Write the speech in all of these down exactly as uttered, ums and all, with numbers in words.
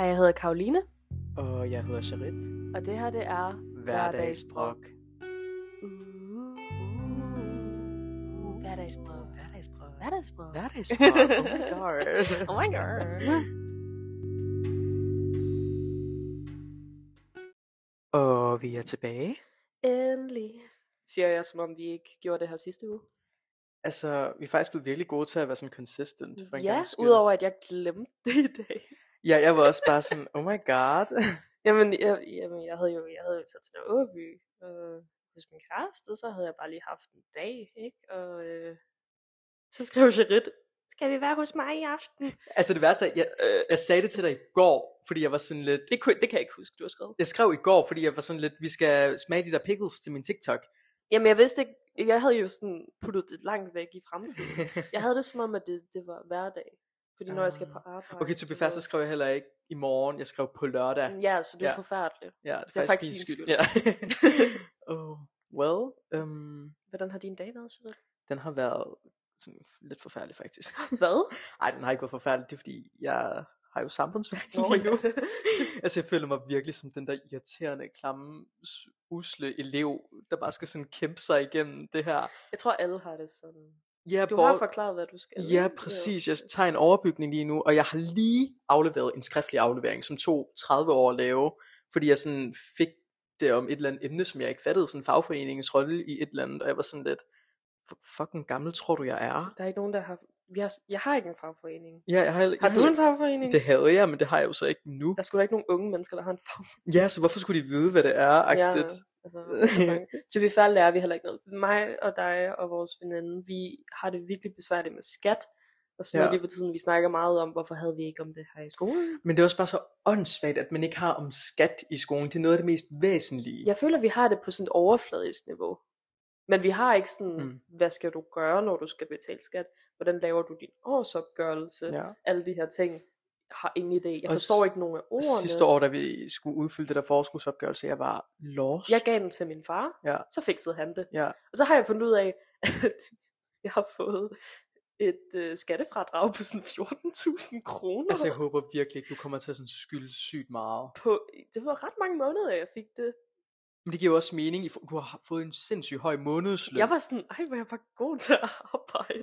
jeg hedder Karoline. Og jeg hedder Charit. Og det her, det er Hverdagsbrok. Uh, Hverdagsbrok. Hverdagsbrok. Hverdagsbrok. Hverdagsbrok. Oh my god. Oh my god. Og vi er tilbage. Endelig. Siger jeg, som om vi ikke gjorde det her sidste uge. Altså, vi er faktisk blevet virkelig gode til at være sådan consistent. For en Ja, gangs skyld. udover at jeg glemte det i dag. Ja, jeg var også bare sådan, oh my god. Jamen, jeg, jamen, jeg havde jo jeg havde jo taget til Åby øh, hos min kæreste, så havde jeg bare lige haft en dag, ikke? Og øh, så skrev Charit, skal vi være hos mig i aften? Altså det værste er, jeg, øh, jeg sagde det til dig i går, fordi jeg var sådan lidt... Det, kunne, det kan jeg ikke huske, du har skrevet. Jeg skrev i går, fordi jeg var sådan lidt, vi skal smage de der pickles til min TikTok. Jamen, jeg vidste ikke, jeg havde jo sådan puttet det langt væk i fremtiden. Jeg havde det som om, at det, det var hverdag. Fordi når jeg skal på arbejde... Okay, to be fair, så skrev jeg heller ikke i morgen, jeg skrev på lørdag. Ja, så det er Ja. forfærdeligt. Ja, det er, Det er faktisk, faktisk din din skyld. Ja. oh, well, um, Hvordan har din dag været, Charit? den har været sådan lidt forfærdelig faktisk. Hvad? Nej, den har ikke været forfærdelig, det er fordi, jeg har jo samfundsværk Nå, lige nu. jo. Altså jeg føler mig virkelig som den der irriterende, klamme, s- usle elev, der bare skal sådan kæmpe sig igennem det her. Jeg tror, alle har det sådan. Ja, Du bor- har forklaret, hvad du skal. Ja, præcis. Jeg tager en overbygning lige nu, og jeg har lige afleveret en skriftlig aflevering, som tog tredive år at lave, fordi jeg sådan fik det om et eller andet emne, som jeg ikke fattede, sådan fagforeningens rolle i et eller andet, og jeg var sådan lidt, "Hvor fucking gammel tror du, jeg er?" Der er ikke nogen, der har... Vi har... Jeg har ikke en fagforening. Ja, jeg har, jeg Har du en fagforening? Det havde jeg, men det har jeg jo så ikke nu. Der skulle da ikke nogen unge mennesker, der har en fagforening. Ja, så hvorfor skulle de vide, hvad det er? Ja, Agtigt? altså, til vi færdig lærer vi heller ikke noget. Mig og dig og vores veninde, vi har det virkelig besværligt med skat. Og sådan Ja. noget lige for tiden, vi snakker meget om, hvorfor havde vi ikke om det her i skolen. Men det er også bare så åndssvagt, at man ikke har om skat i skolen. Det er noget af det mest væsentlige. Jeg føler, vi har det på sådan et overfladisk niveau. Men vi har ikke sådan, Mm. mm. hvad skal du gøre, når du skal betale skat? Hvordan laver du din årsopgørelse? Ja. Alle de her ting har ingen idé. Jeg Og forstår s- ikke nogen af ordene. Sidste år, da vi skulle udfylde det der forskudsopgørelse, jeg var lost. Jeg gav den til min far, Ja. så fikset han det. Ja. Og så har jeg fundet ud af, at jeg har fået et øh, skattefradrag på sådan fjorten tusind kroner. Altså jeg håber virkelig ikke, du kommer til at sådan skylde sygt meget. på, det var ret mange måneder, jeg fik det. Men det giver jo også mening, i for- du har fået en sindssygt høj månedsløn. Jeg var sådan, ej, hvor er jeg bare god til at arbejde.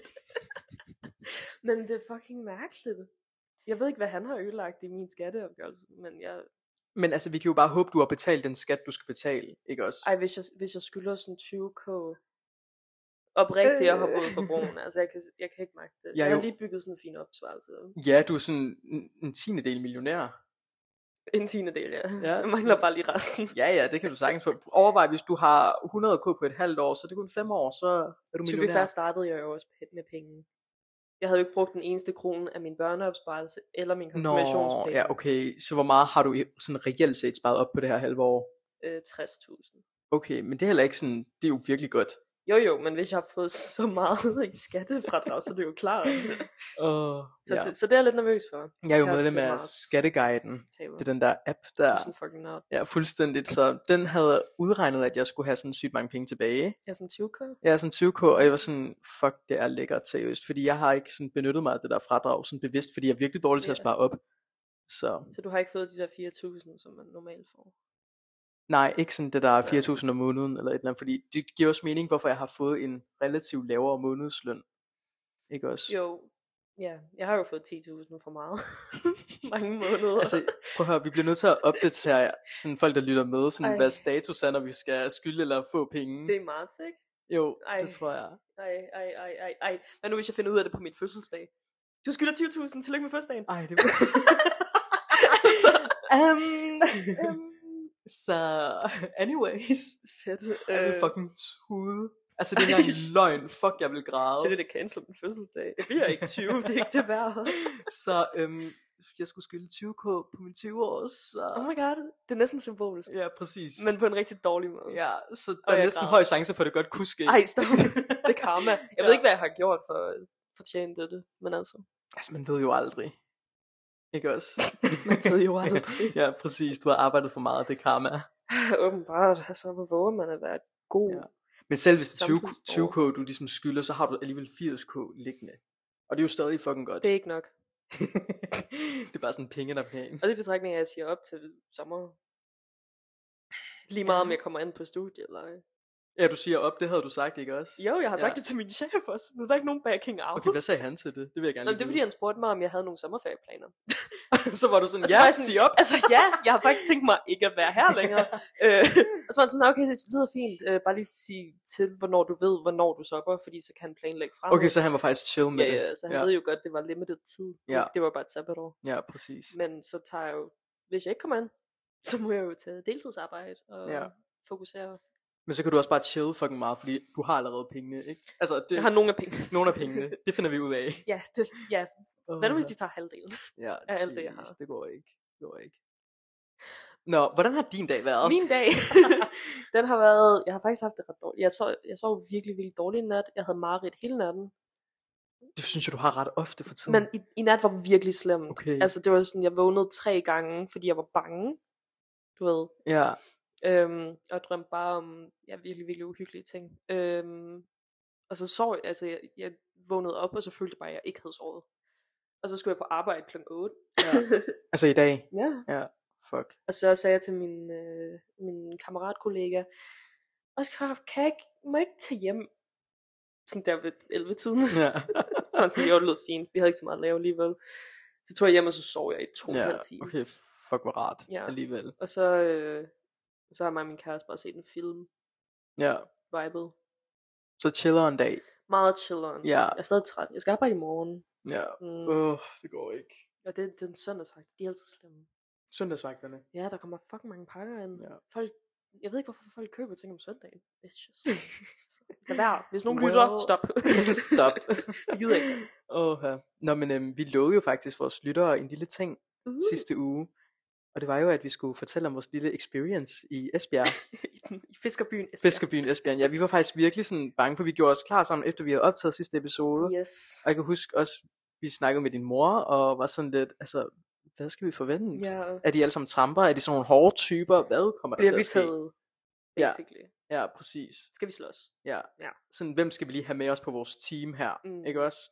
Men det er fucking mærkeligt. Jeg ved ikke, hvad han har ødelagt i min skatteopgørelse, men jeg... Men altså, vi kan jo bare håbe, du har betalt den skat, du skal betale, ikke også? Ej, hvis jeg, hvis jeg skylder sådan tyve k oprigtigt, jeg har både for broen, altså jeg kan, jeg kan ikke magte det. Ja, Jeg har jo. lige bygget sådan en fin opsvarelse. Ja, du er sådan en, en tiende del millionær. En tiende del, ja. Ja, Jeg mangler bare lige resten. Ja, ja, det kan du sagtens få. Overvej, hvis du har hundrede k på et halvt år, så det er kun fem år, så er du Til vi millionær. først startede jeg jo også med penge. Jeg havde jo ikke brugt den eneste krone af min børneopsparelse eller min Nå, konfirmationspenge. ja, okay. Så hvor meget har du i- sådan reelt set sparet op på det her halve år? øh, tres tusind. Okay, men det er heller ikke sådan, det er jo virkelig godt. Jo jo, men hvis jeg har fået så meget i skattefradrag, så er det jo klart. Uh, Så, ja. det, så det er jeg lidt nervøs for. Jeg er jo Jeg er medlem til af meget Skatteguiden. Taber. Det er den der app, Du der er sådan fucking nørd. ja, fuldstændigt. Så den havde udregnet, at jeg skulle have sådan sygt mange penge tilbage. Jeg er sådan tyve k. Jeg er sådan tyve k, og jeg var sådan, fuck, det er lækkert seriøst. Fordi jeg har ikke sådan benyttet mig af det der fradrag sådan bevidst, fordi jeg er virkelig dårlig til at Ja. spare op. Så Så du har ikke fået de der fire tusind, som man normalt får. nej, ikke sådan det der fire tusind om måneden eller et eller andet, fordi det giver også mening, hvorfor jeg har fået en relativt lavere månedsløn. Ikke også? Jo, ja, jeg har jo fået ti tusind for meget. Mange måneder. Altså, prøv at høre, vi bliver nødt til at opdatere sådan folk, der lytter med, sådan, Ej. hvad status er, når vi skal skylde eller få penge. Det er i marts, ikke? Jo, Ej. det tror jeg. Ej, ej, ej, ej, ej. Hvad nu, hvis jeg finder ud af det på min fødselsdag? Du skylder tyve tusind, tillykke med fødselsdagen. Ej, det altså, um, um, så, anyways. fedt. Jeg vil Øh, fucking tude. Altså, det er ikke engang løgn. Fuck, jeg vil græde. Så det er det cancel min fødselsdag. Jeg bliver ikke tyve, det er ikke det værd. Så, øhm, jeg skulle skylde tyve k på min tyve år, så... Oh my god, det er næsten symbolisk. Ja, præcis. Men på en rigtig dårlig måde. Ja, så der Og er jeg næsten græder. høj chance for, at det godt kunne ske. Ej, stop. Det er karma. Jeg Ja. ved ikke, hvad jeg har gjort for at fortjene det, men altså. Altså, man ved jo aldrig. Ikke også? Man ved jo aldrig. Ja, præcis. Du har arbejdet for meget, det er karma. Åbenbart, altså, hvor våger man at være god. Ja. Men selv hvis det er tyve, Samfundsborger. tyve k, du ligesom skylder, så har du alligevel firs k liggende. Og det er jo stadig fucking godt. Det er ikke nok. Det er bare sådan penge, der er penge. Og det er betragtning af, at jeg siger op til sommer. Lige meget om jeg kommer ind på studiet eller ej. Ja, du siger op, det havde du sagt, ikke også? Jo, jeg har sagt Ja. det til min chef også. Nu er der ikke nogen backing out. Okay, hvad sagde han til det? Det vil jeg gerne Nå, lige det er fordi, han spurgte mig, om jeg havde nogle sommerferieplaner. vide. Så var du sådan, Og så ja, var jeg sådan, sig op. Altså ja, jeg har faktisk tænkt mig ikke at være her længere. øh, og så var han sådan, okay, det lyder fint. Øh, bare lige sige til, hvornår du ved, hvornår du stopper, fordi så kan han planlægge frem. Okay, så han var faktisk chill med Ja, det. ja, så han Ja. ved jo godt, det var limited tid. Ja. Det var bare et sabbatår. Ja, præcis. Men så tager jeg jo, hvis jeg ikke kommer ind, så må jeg jo tage deltidsarbejde og Ja. fokusere. Men så kan du også bare chill fucking meget, fordi du har allerede pengene, ikke? Altså, det, Jeg har nogle af pengene. nogle af pengene, det finder vi ud af. Ja, det, ja. Hvad nu hvis de tager halvdelen? Ja, af alt det, jeg har? jeez, det går ikke. Det går ikke. Nå, hvordan har din dag været? Min dag, den har været, jeg har faktisk haft det ret dårligt. Jeg sov, jeg sov virkelig, virkelig dårligt i nat. Jeg havde mareridt hele natten. Det synes jeg, du har ret ofte for tiden. Men i, i nat var virkelig slemt. Okay. Altså det var sådan, jeg vågnede tre gange, fordi jeg var bange. Du ved. Ja, Øhm, og jeg drømte bare om ja, virkelig, virkelig uhyggelige ting. Øhm, og så sov jeg, altså jeg, jeg vågnede op, og så følte jeg bare, at jeg ikke havde sovet. Og så skulle jeg på arbejde klokken otte. ja. Altså i dag? Ja. Ja, fuck. Og så sagde jeg til min, øh, min kammeratkollega, Oscar, kan jeg ikke, må jeg ikke tage hjem? Sådan der ved elleve-tiden. Ja. Så var han sådan, jo, det lød fint. Vi havde ikke så meget at lave alligevel. Så tog jeg hjem, og så sov jeg i to og en Ja, halv time. okay, fuck hvor rart Ja. alligevel. Og så, øh, så har mig og min kæreste bare set en film. Ja, Vibet. så chiller en dag. Meget chilleren. Ja. Jeg er stadig træt. Jeg skal arbejde i morgen. Ja, Mm. åh, uh, det går ikke. Og det, det er en søndagsvagt. De er altid slemme. Søndagsvagterne. Ja, der kommer fucking mange pakker ind. Ja. Folk, jeg ved ikke, hvorfor folk køber ting om søndagen. Bitches. Lad være. Hvis nogen Well, lytter, stop. Stop. Jeg gider ikke. Åh, ja. Nå, men øhm, vi lovede jo faktisk vores lyttere en lille ting Uh. sidste uge. Og det var jo, at vi skulle fortælle om vores lille experience i Esbjerg. I, den, I Fiskerbyen. Esbjerg. Fiskerbyen Esbjerg. Ja, vi var faktisk virkelig sådan bange, for vi gjorde os klar sammen, efter vi havde optaget sidste episode. Yes. Og jeg kan huske også, vi snakkede med din mor, og var sådan lidt, altså, hvad skal vi forvente? Ja. Er de alle sammen tramper? Er de sådan nogle hårde typer? Hvad kommer der Bliver til vi at ske? taget, Ja. basically. Ja, præcis. Skal vi slås? Ja. Ja. Sådan, hvem skal vi lige have med os på vores team her? Mm. Ikke også?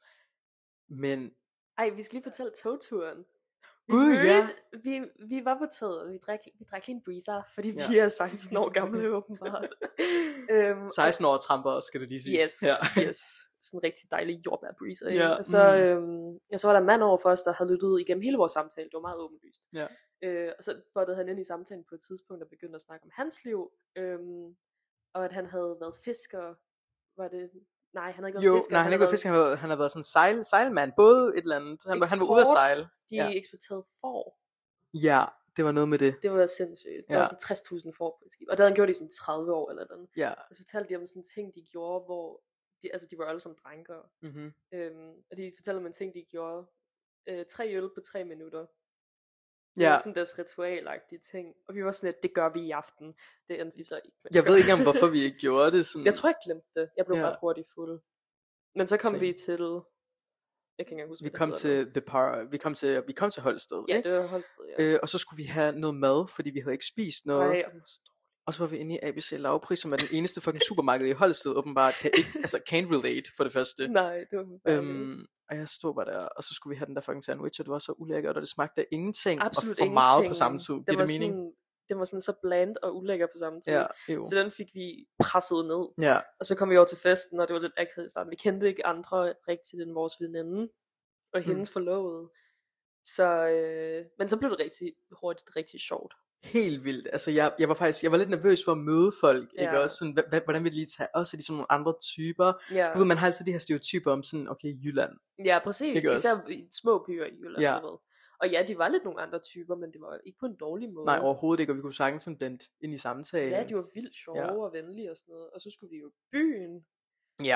Men, Ej, vi skal lige fortælle togturen. Vi, Gud, mødte, ja. vi, vi var på toget, og vi drak, vi drak lige en breezer, fordi Ja. vi er seksten år gamle åbenbart. øhm, seksten år tramper, skal det lige sige. Yes, Ja. yes. Sådan en rigtig dejlig jordbær breezer. Ja, Ja, og, så, mm. øhm, ja, så var der en mand over for os, der havde lyttet igennem hele vores samtale. Det var meget åbenlyst. Ja. Øh, og så bottede han ind i samtalen på et tidspunkt og begyndte at snakke om hans liv. Øhm, og at han havde været fisker. Var det... Nej, han havde ikke været Jo, fisker. nej, han har ikke været fisker, han har været, han har været sådan sejl, sejlmand, både et eller andet. Han, var- han var ude at Eksport. sejle. De Ja. eksporterede får. Ja, det var noget med det. Det var sindssygt. Der Ja. var sådan tres tusind får på et skib. Og det havde han gjort i sådan tredive år eller noget. Ja. Og så fortalte de om sådan ting, de gjorde, hvor... De, altså, de var alle sammen drenker. Mm-hmm. Øhm, og de fortalte om en ting, de gjorde. Øh, tre øl på tre minutter. Det Ja. var sådan deres ritualagtige ting. Og vi var sådan, at det gør vi i aften. Det endte vi så ikke med. Jeg ved ikke om, hvorfor vi ikke gjorde det. Sådan. Jeg tror, jeg glemte det. Jeg blev Ja. ja. ret hurtigt fuld. Men så kom Same. vi til... Jeg kan ikke engang huske, Vi hvad det kom hedder nu. til The Par, vi kom til, vi kom til Holsted, Ja, ikke? det var Holsted, ja. Øh, og så skulle vi have noget mad, fordi vi havde ikke spist noget. Ej, og Og så var vi inde i A B C Lavpris, som er den eneste fucking supermarked i Holsted, åbenbart kan ikke, altså can't relate for det første. nej, det var forfærdeligt. Øhm, og jeg stod bare der, og så skulle vi have den der fucking sandwich, og det var så ulækkert, og det smagte af ingenting, Absolut og for ingenting. meget på samme tid. Det Giver var det mening? sådan, det var sådan så bland og ulækker på samme tid. Ja, jo. Så den fik vi presset ned. Ja, Og så kom vi over til festen, og det var lidt akavet i starten. Vi kendte ikke andre rigtigt end vores veninde og hendes mm. forlovede. Så, øh, men så blev det rigtig hurtigt rigtig sjovt. helt vildt. Altså, jeg, jeg var faktisk, jeg var lidt nervøs for at møde folk, Ja. ikke også? Sådan, hva- hvordan vil de lige tage os? Er de sådan nogle andre typer? Ja, Du ved, man har altid de her stereotyper om sådan, okay, Jylland. ja præcis. Ikke også? Især i små byer i Jylland. Ja. du ved. Og ja, de var lidt nogle andre typer, men det var ikke på en dårlig måde. Nej, overhovedet ikke, og vi kunne sagtens sådan blende ind i samtalen. Ja, de var vildt sjove Ja. og venlige og sådan noget. Og så skulle vi jo i byen. Ja,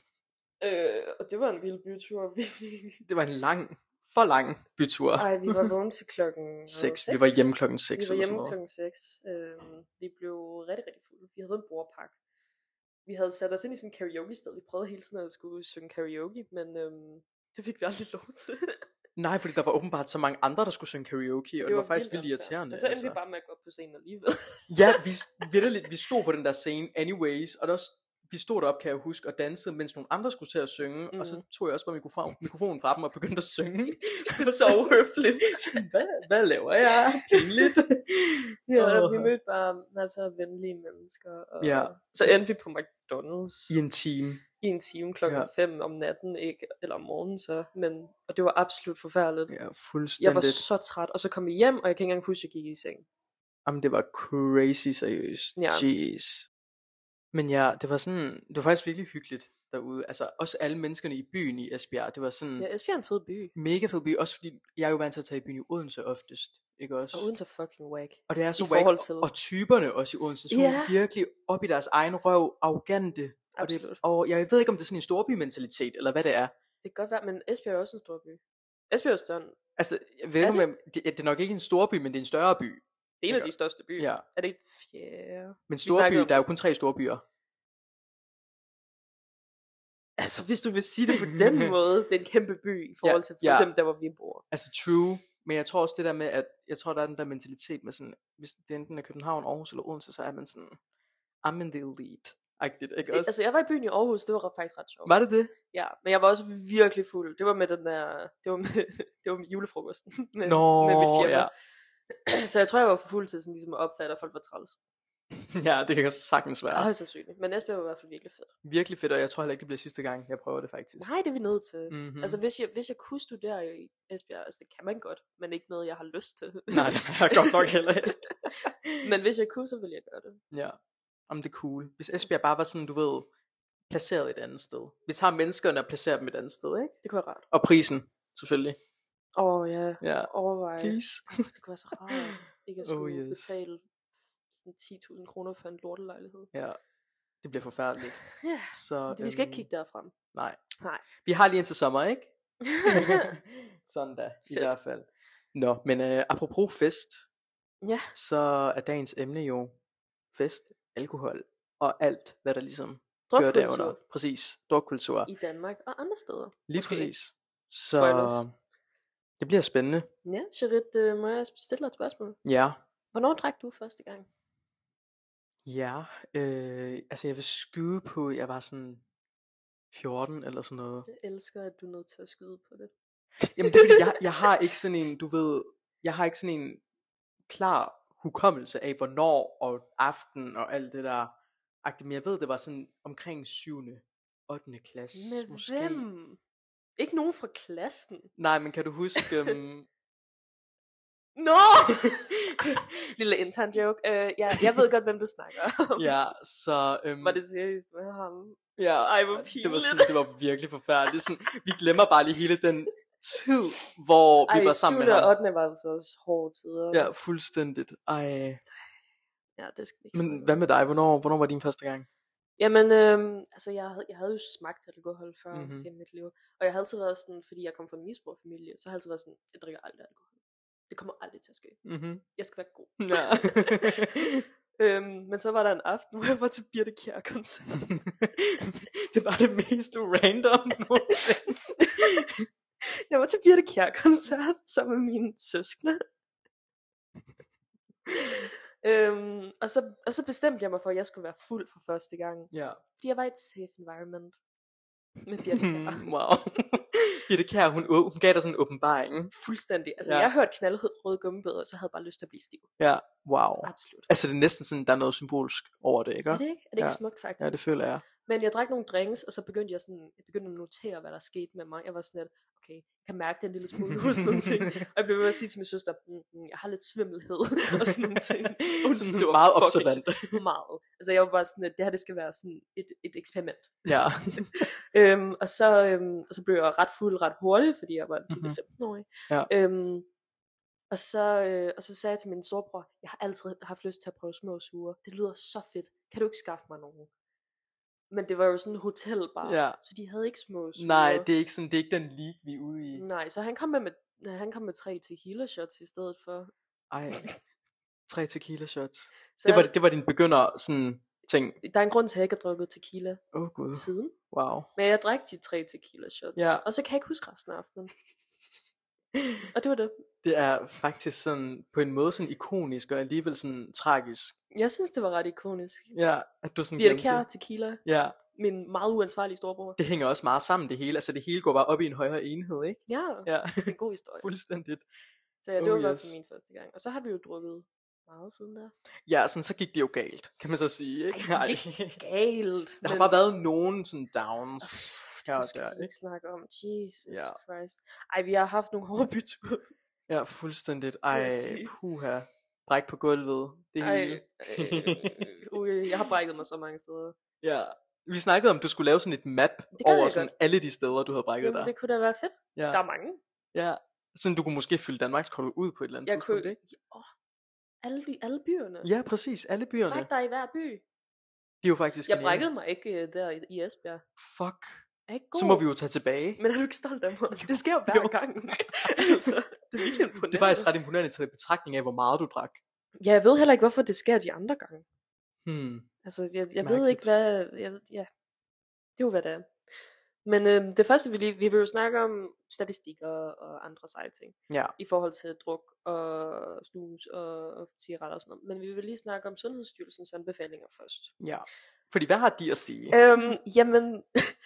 Øh, og det var en vild bytur. Vi, det var en lang, for lang bytur. ej, vi var vågne til klokken seks. Vi var hjemme klokken seks Vi var eller sådan hjemme noget. klokken seks. Øhm, vi blev rigtig, rigtig fulde. Vi havde en bordpakke. Vi havde sat os ind i sådan en karaoke-sted. Vi prøvede hele tiden at skulle synge karaoke, men øhm, det fik vi aldrig lov til. Nej, fordi der var åbenbart så mange andre, der skulle synge karaoke, og det, det var, var faktisk vildt unfair. irriterende. Men så endte altså. vi bare med at gå op på scenen alligevel. Ja, vi, vitterligt, vi stod på den der scene anyways, og der, vi stod deroppe, kan jeg huske, og dansede, mens nogle andre skulle til at synge, mm. og så tog jeg også bare mikrofon, mikrofonen fra dem og begyndte at synge. Så høfligt. hvad, hvad laver jeg? Pinligt. Ja, oh. Vi mødte bare masser af venlige mennesker, og ja. så endte vi på McDonald's. I en time. I en time klokken ja. fem om natten, ikke? Eller om morgenen så, men, og det var absolut forfærdeligt. Ja, fuldstændigt. Jeg var så træt, og så kom vi hjem, og jeg kan ikke engang huske, at jeg gik i seng. Jamen, det var crazy seriøst. Ja. Jeez. Men ja, det var sådan, det var faktisk virkelig hyggeligt derude. Altså, også alle menneskerne i byen i Esbjerg, det var sådan... Ja, Esbjerg er en fed by. Mega fed by, også fordi jeg er jo vant til at tage i byen i Odense oftest, ikke også? Og Odense er fucking whack. Og det er så whack, til... og typerne også i Odense, så yeah. virkelig op i deres egen røv, arrogante. Absolut. Og, det, og jeg ved ikke, om det er sådan en storby-mentalitet, eller hvad det er. Det kan godt være, men Esbjerg er også en stor by. Esbjerg er større. Altså, jeg ved ikke, om det? Det, det er nok ikke en storby, men det er en større by. Det er en af de største byer. Ja. Er det ikke fjerde? Men storby, om... der er jo kun tre store byer. Altså, hvis du vil sige det på den måde, det er en kæmpe by i forhold til for ja, eksempel der, hvor vi bor. Altså, true. Men jeg tror også det der med, at jeg tror, der er den der mentalitet med sådan, hvis det enten er København, Aarhus eller Odense, så er man sådan, I'm in the elite. Agtigt, ikke også? Altså, jeg var i byen i Aarhus, det var faktisk ret sjovt. Var det det? Ja, men jeg var også virkelig fuld. Det var med den der, det var med, det var med julefrokosten. Med, Nå, med mit firma. Ja. Så jeg tror, jeg var for fuld til sådan ligesom at opfatte, at folk var træls. Ja, det kan sagtens være. Højst sandsynligt. Men Esbjerg var i hvert fald virkelig fedt. Virkelig fedt, og jeg tror heller ikke, det bliver sidste gang, jeg prøver det faktisk. Nej, det er vi nødt til. Mm-hmm. Altså, hvis jeg, hvis jeg kunne studere i Esbjerg, altså det kan man godt, men ikke noget, jeg har lyst til. Nej, det har jeg godt nok heller ikke. Men hvis jeg kunne, så ville jeg gøre det. Ja, om det er cool. Hvis Esbjerg bare var sådan, du ved, placeret et andet sted. Vi tager menneskerne og placerer dem et andet sted, ikke? Det kunne være rart. Og prisen, selvfølgelig. Åh oh, ja, ja. Overvej. Please. Det kunne være så rart, ikke at skulle oh, yes. betale sådan ti tusind kroner for en lortelejlighed. Ja, det bliver forfærdeligt. Ja, så, vi skal øhm, ikke kigge derfrem. Nej. Nej. Vi har lige indtil sommer, ikke? Sådan da, i Fedt. hvert fald. Nå, men øh, apropos fest, ja. så er dagens emne jo fest, alkohol og alt, hvad der ligesom hører derunder. Præcis, drukkultur. I Danmark og andre steder. Lige måske. Præcis. Så Spoilers. Det bliver spændende. Ja, Charit, øh, må jeg stille dig et spørgsmål? Ja. Hvornår drak du første gang? Ja, øh, altså jeg vil skyde på, jeg var sådan fjorten eller sådan noget. Jeg elsker, at du er nødt til at skyde på det. Jamen det er fordi, jeg, jeg har ikke sådan en, du ved, jeg har ikke sådan en klar hukommelse af, hvornår og aften og alt det der. Men jeg ved, det var sådan omkring syvende, ottende klasse. Med måske. hvem? Ikke nogen fra klassen? Nej, men kan du huske... Um... Nå! Lille intern joke. Uh, ja, jeg ved godt, hvem du snakker om. Ja, så... Um... Var det seriøst med ham? Ja, ej, hvor pinligt. Det var, sådan, det var virkelig forfærdeligt. Sådan, vi glemmer bare lige hele den tid, hvor ej, vi var sammen med ham. Ej, syvende og ottende var altså også hårde tider. Ja, fuldstændigt. Ej. Ja, det skal vi ikke. Men hvad med dig? Hvornår, hvornår var din første gang? Jamen, øhm, altså jeg havde, jeg havde jo smagt alkohol før mm-hmm. gennem mit liv. Og jeg har altid været sådan, fordi jeg kom fra en misbrugerfamilie, så har jeg altid været sådan, jeg drikker aldrig alkohol. Det kommer aldrig til at ske. Mm-hmm. Jeg skal være god. Ja. øhm, men så var der en aften, hvor jeg var til Birte Kjær koncert. Det var det mest random nogensinde. Jeg var til Birte Kjær koncert sammen med mine søskende. Øhm, og, så, og så bestemte jeg mig for, at jeg skulle være fuld for første gang. Ja. Fordi jeg var i et safe environment med Birte Kjær. Wow. Birte Kjær, hun, hun gav dig sådan en åbenbaring. Fuldstændig. Altså ja. Jeg hørte knaldrød gummibåd, og så havde jeg bare lyst til at blive stiv. Ja, wow. Absolut. Altså det er næsten sådan, der er noget symbolsk over det, ikke? Er det ikke? Er det ikke ja. smukt faktisk? Ja, det føler jeg. Men jeg drak nogle drinks, og så begyndte jeg sådan, jeg begyndte at notere, hvad der skete med mig. Jeg var sådan lidt, okay, jeg kan mærke det en lille smule hos nogle ting. Og jeg blev ved at sige til min søster, mm, jeg har lidt svimmelhed og sådan nogle ting. Og sådan, det var meget observant. Meget. Altså jeg var bare sådan, at det her det skal være sådan et, et eksperiment. Ja. øhm, og, så, øhm, og så blev jeg ret fuld ret hurtigt, fordi jeg var mm-hmm. femten-årig. Ja. Øhm, og, så, øh, og så sagde jeg til min storebror, jeg har altid haft lyst til at prøve små suger. Det lyder så fedt. Kan du ikke skaffe mig nogen? Men det var jo sådan en hotelbar, ja. så de havde ikke små suger. Nej, det er ikke sådan, det er ikke den league vi er ude i. Nej, så han kom med, med han kom med tre tequila shots i stedet for. Ej, tre tequila shots. Så det var det var din begynder sådan ting. Der er en grund til at jeg ikke har drukket tequila oh, God. siden. Wow. Men jeg drak de tre tequila shots. Ja. Og så kan jeg ikke huske resten af aftenen. Og det var det. Det er faktisk sådan, på en måde sådan ikonisk, og alligevel sådan tragisk. Jeg synes, det var ret ikonisk. Ja, at du sådan Birte glemte Kjær, det. Tequila, Ja, min meget uansvarlige storebror. det hænger også meget sammen det hele. Altså det hele går bare op i en højere enhed, ikke? Ja, Ja, det er en god historie. fuldstændigt. Så ja, det Oh, var i hvert yes. fald min første gang. Og så har vi jo drukket meget siden der. Ja, sådan så gik det jo galt, kan man så sige, ikke? Ej, det gik galt. Der har men- bare været nogen sådan downs. Det her og skal der, vi ikke? ikke snakke om. Jesus Ja. Christ. Ej, vi har haft nogle hårde byture. Ja, fuldstændigt. jeg Ej, sige. puha. Bræk på gulvet. Det Ej, hele. øh, øh, jeg har brækket mig så mange steder. Ja. Vi snakkede om, du skulle lave sådan et map Det gad over jeg sådan godt. alle de steder, du havde brækket Jamen, dig. det kunne da være fedt. Ja. Der er mange. Ja. Sådan du kunne måske fylde Danmarkskortet ud på et eller andet Jeg tidspunkt, kunne... ikke? Åh, alle, de, alle byerne. Ja, præcis. Alle byerne. Bræk dig i hver by. De er jo faktisk Jeg geniale. brækkede mig ikke uh, der i, i Esbjerg. Fuck. Er ikke god. Så må vi jo tage tilbage. Men er du ikke stolt af mig? Det sker jo hver Jo. gang. Så det er virkelig imponerende. Det er faktisk ret imponerende til betragtning af, hvor meget du drak. Ja, jeg ved heller ikke, hvorfor det sker de andre gange. Hmm. Altså, jeg, jeg ved Mærkeligt. ikke, hvad... Jeg, ja, det er jo, hvad det er. Men øh, det første, vi lige... Vi vil jo snakke om statistikker og andre seje ting. Ja. I forhold til druk og snus og, og cigaretter og sådan noget. Men vi vil lige snakke om Sundhedsstyrelsens anbefalinger først. Ja. Fordi hvad har de at sige? Øhm, jamen...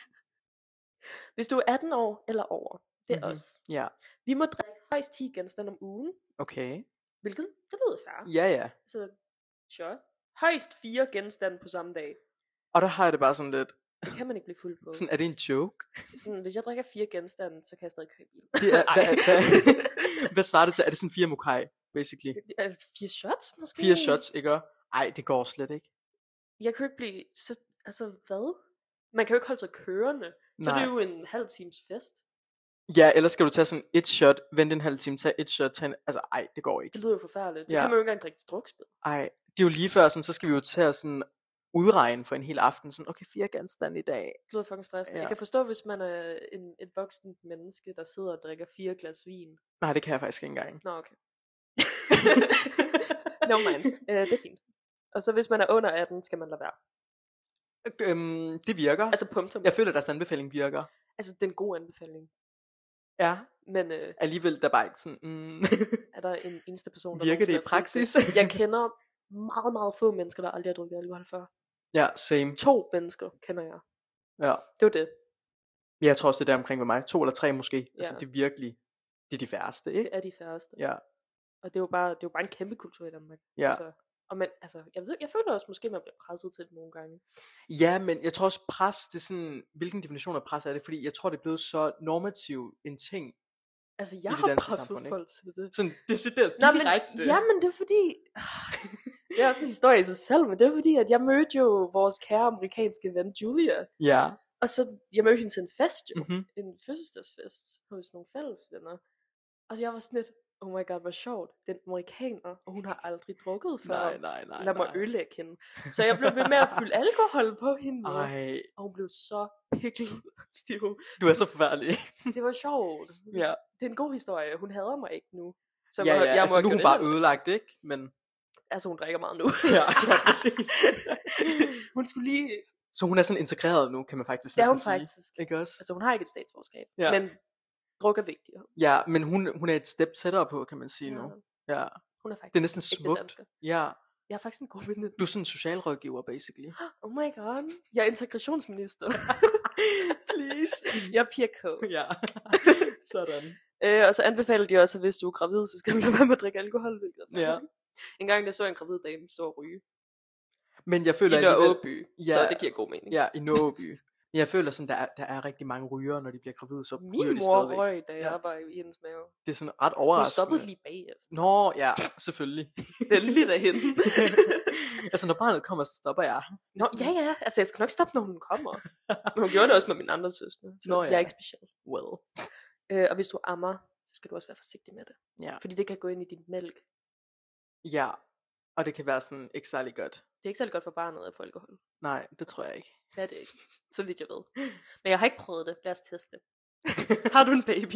Hvis du er atten år eller over, det er Mhm. os. Ja. Vi må drikke højst ti genstande om ugen. Okay. Hvilket, det lyder fair. Ja, ja. Så, sure. Højst fire genstande på samme dag. Og der har jeg det bare sådan lidt. Det kan man ikke blive fuld på. Sådan, er det en joke? Sådan, hvis jeg drikker fire genstande, så kan jeg stadig købe bil. Det er, Ej. hvad, hvad, hvad svarer det til? Er det sådan fire mokai, basically? Altså, fire shots måske? Fire shots, ikke? Ej, det går slet ikke. Jeg kan jo ikke blive... Så, altså, hvad? Man kan jo ikke holde sig kørende. Så Nej. det er jo en halv times fest. Ja, ellers skal du tage sådan et shot, vente en halv time, tage et shot, tage en... Altså, ej, det går ikke. Det lyder jo forfærdeligt. Så Ja. kan man jo ikke engang drikke drukspil. Ej, det er jo lige før, sådan, så skal vi jo tage sådan udregne for en hel aften. Sådan, okay, fire genstande i dag. Det lyder fucking stressende. Ja. Jeg kan forstå, hvis man er en, et voksent menneske, der sidder og drikker fire glas vin. Nej, det kan jeg faktisk ikke engang. Nå, okay. No mind. Uh, det er fint. Og så hvis man er under atten, skal man lade være. Øhm, det virker. Altså punktum. Jeg føler, at deres anbefaling virker. Altså, det er en god anbefaling. Ja, Men øh, alligevel der er bare ikke sådan... Mm, er der en eneste person, der virker det nogensinde i har fulgt praksis? det? Jeg kender meget, meget få mennesker, der aldrig har drukket alkohol før. Ja, same. To mennesker kender jeg. Ja. Det var det. Men jeg tror også, det er der omkring med mig. To eller tre måske. Ja. Altså, Ja. det er virkelig... Det er de færreste, ikke? Det er de færreste. Ja. Og det er jo bare, det er jo bare en kæmpe kultur i Danmark. Ja. Altså, og man, altså, jeg, ved, jeg føler også måske, man bliver presset til det nogle gange. Ja, men jeg tror også pres, det er sådan... Hvilken definition af pres er det? Fordi jeg tror, det er blevet så normativ en ting. Altså, jeg det har danske presset samfund, ikke? folk til det. Sådan decideret Nå, men, direkte. ja, men det er fordi... Det er også en historie i sig selv, men det er fordi, at jeg mødte jo vores kære amerikanske ven Julia. Ja. Og så, jeg mødte hende til en fest jo. Mm-hmm. En fødselsdagsfest hos nogle fælles venner. Og jeg var sådan lidt, oh my god, hvor sjovt. Den amerikaner, og hun har aldrig drukket før. Nej, nej, nej. Lad mig nej. ødelægge hende. Så jeg blev ved med at fylde alkohol på hende. Ej, Og hun blev så pikkelstiv. du er så forfærdelig. Det var sjovt. Ja, Det er en god historie. Hun hader mig ikke nu. Så ja, må- ja. jeg må altså have nu er hun gjort bare det. ødelagt, ikke? Men Altså, hun drikker meget nu. ja, ja, præcis. Hun skulle lige... Så hun er sådan integreret nu, kan man faktisk Det er hun næsten sige. faktisk. Ikke også? Altså, hun har ikke et statsborgerskab. Ja. Men druk er vigtigere. Ja, men hun, hun er et step tættere på, kan man sige nu. Ja, Hun er faktisk det er næsten ægte smukt. dansker. Ja, Jeg er faktisk en god veninde. du er sådan en socialrådgiver, basically. Oh my god. Jeg er integrationsminister. Please. Jeg er Pia K. Ja, sådan. Øh, og så anbefaler de også, at hvis du er gravid, så skal du lade være med at drikke alkohol. Hvilket er Ja. fint. En gang der så jeg en gravid dame stå og ryge. Men jeg I føler Nørre alligevel- Åby. Ja. Så det giver god mening. Ja, i Nåby. Men jeg føler sådan, der er, der er rigtig mange rygere, når de bliver gravide, så Min ryger de mor stadigvæk. røg, da jeg Ja. var i hendes mave. Det er sådan ret Hun overraskende. stoppede lige bagefter. Nå, ja, selvfølgelig. Endelig derhen. Altså, når barnet kommer, så stopper jeg. Nå, ja, ja. Altså, jeg skal nok stoppe, når hun kommer. Men hun gjorde det også med min andre søster. Så Nå, ja. jeg er ikke speciel. Well. Øh, og hvis du ammer, så skal du også være forsigtig med det. Ja. Fordi det kan gå ind i din mælk. Ja, og det kan være sådan ikke særlig godt. Det er ikke særlig godt for barnet at få alkohol. Nej, det tror jeg ikke. Det er det ikke. Så vidt jeg ved. Men jeg har ikke prøvet det. Lad os teste. Har du en baby?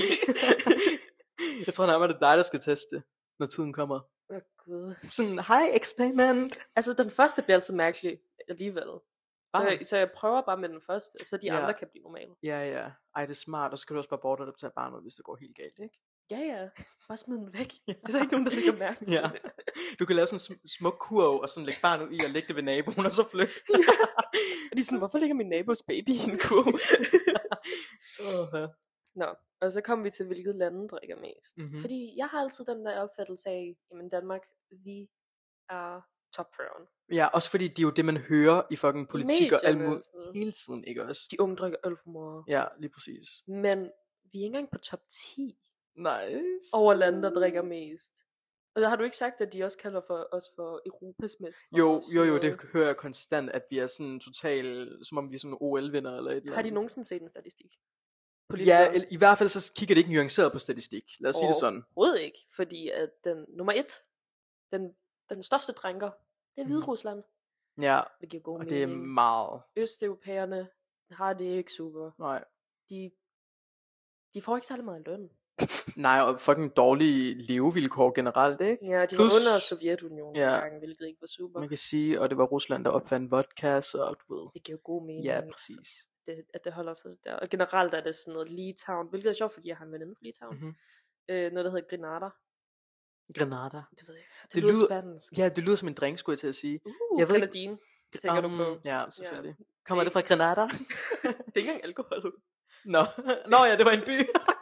Jeg tror nærmere, det er dig, der skal teste, når tiden kommer. Åh, oh, Gud. Sådan, hej experiment. Altså, den første bliver altid mærkelig alligevel. Så, Ah. jeg, så jeg prøver bare med den første, så de Ja. andre kan blive normale. Ja, ja. Ej, det er smart, og så kan du også bare bortadoptere barnet, hvis det går helt galt, ikke? Ja, ja. Bare smid den væk. Det er der ikke nogen, der lægger mærke til. Ja. Du kan lave sådan en sm- smuk kurv, og sådan lægge barnet i og lægge det ved naboen, og så flygte. Ja. Og de er sådan, hvorfor ligger min nabos baby i en kurv? uh-huh. Nå, og så kommer vi til, hvilket lande drikker mest. Mhm. Fordi jeg har altid den der opfattelse af, jamen Danmark, vi er topføreren. Ja, også fordi det er jo det, man hører i fucking politik og alt medierne og muligt sådan noget. hele tiden, ikke også? De unge drikker øl for meget. Ja, lige præcis. Men vi er ikke engang på top ti Nice. over lande, der drikker mest. Og der har du ikke sagt, at de også kalder for os for Europas mestre? Jo, og sådan jo, jo, noget? det hører jeg konstant, at vi er sådan totalt, som om vi er sådan O L-vinder eller et eller Har de andet. nogensinde set en statistik? Ja, Politikere? el- i hvert fald så kigger det ikke nuanceret på statistik. Lad os sige det sådan. Overhovedet ikke, fordi at den nummer et, den, den største drænker, det er Mhm. Hvide Rusland. Ja, Det giver god og det er mening. meget. Østeuropæerne har det ikke super. Nej. De, de får ikke særlig meget i løn. Nej, og fucking dårlige levevilkår generelt, ikke? Ja, de Plus- var under Sovjetunionen Ja. ja. gang, hvilket ikke var super. Man kan sige, og det var Rusland, der opfandt vodka, så du ved. Det giver god mening. Ja, altså, præcis. Det, at det holder sig der. Og generelt er det sådan noget Litauen, hvilket er sjovt, fordi jeg har en veninde fra Litauen. Mhm. Øh, noget, der hedder Grenada. Granada. Det ved jeg ikke. Det, Det det lyder lyder- spansk. Ja, det lyder som en drink, skulle jeg til at sige. Uh, jeg ved ikke- Grenadine, tænker du på. Ja, selvfølgelig. Ja. Kommer det fra Granada? Det er ikke engang alkohol. Nå. Nå ja, det var en by.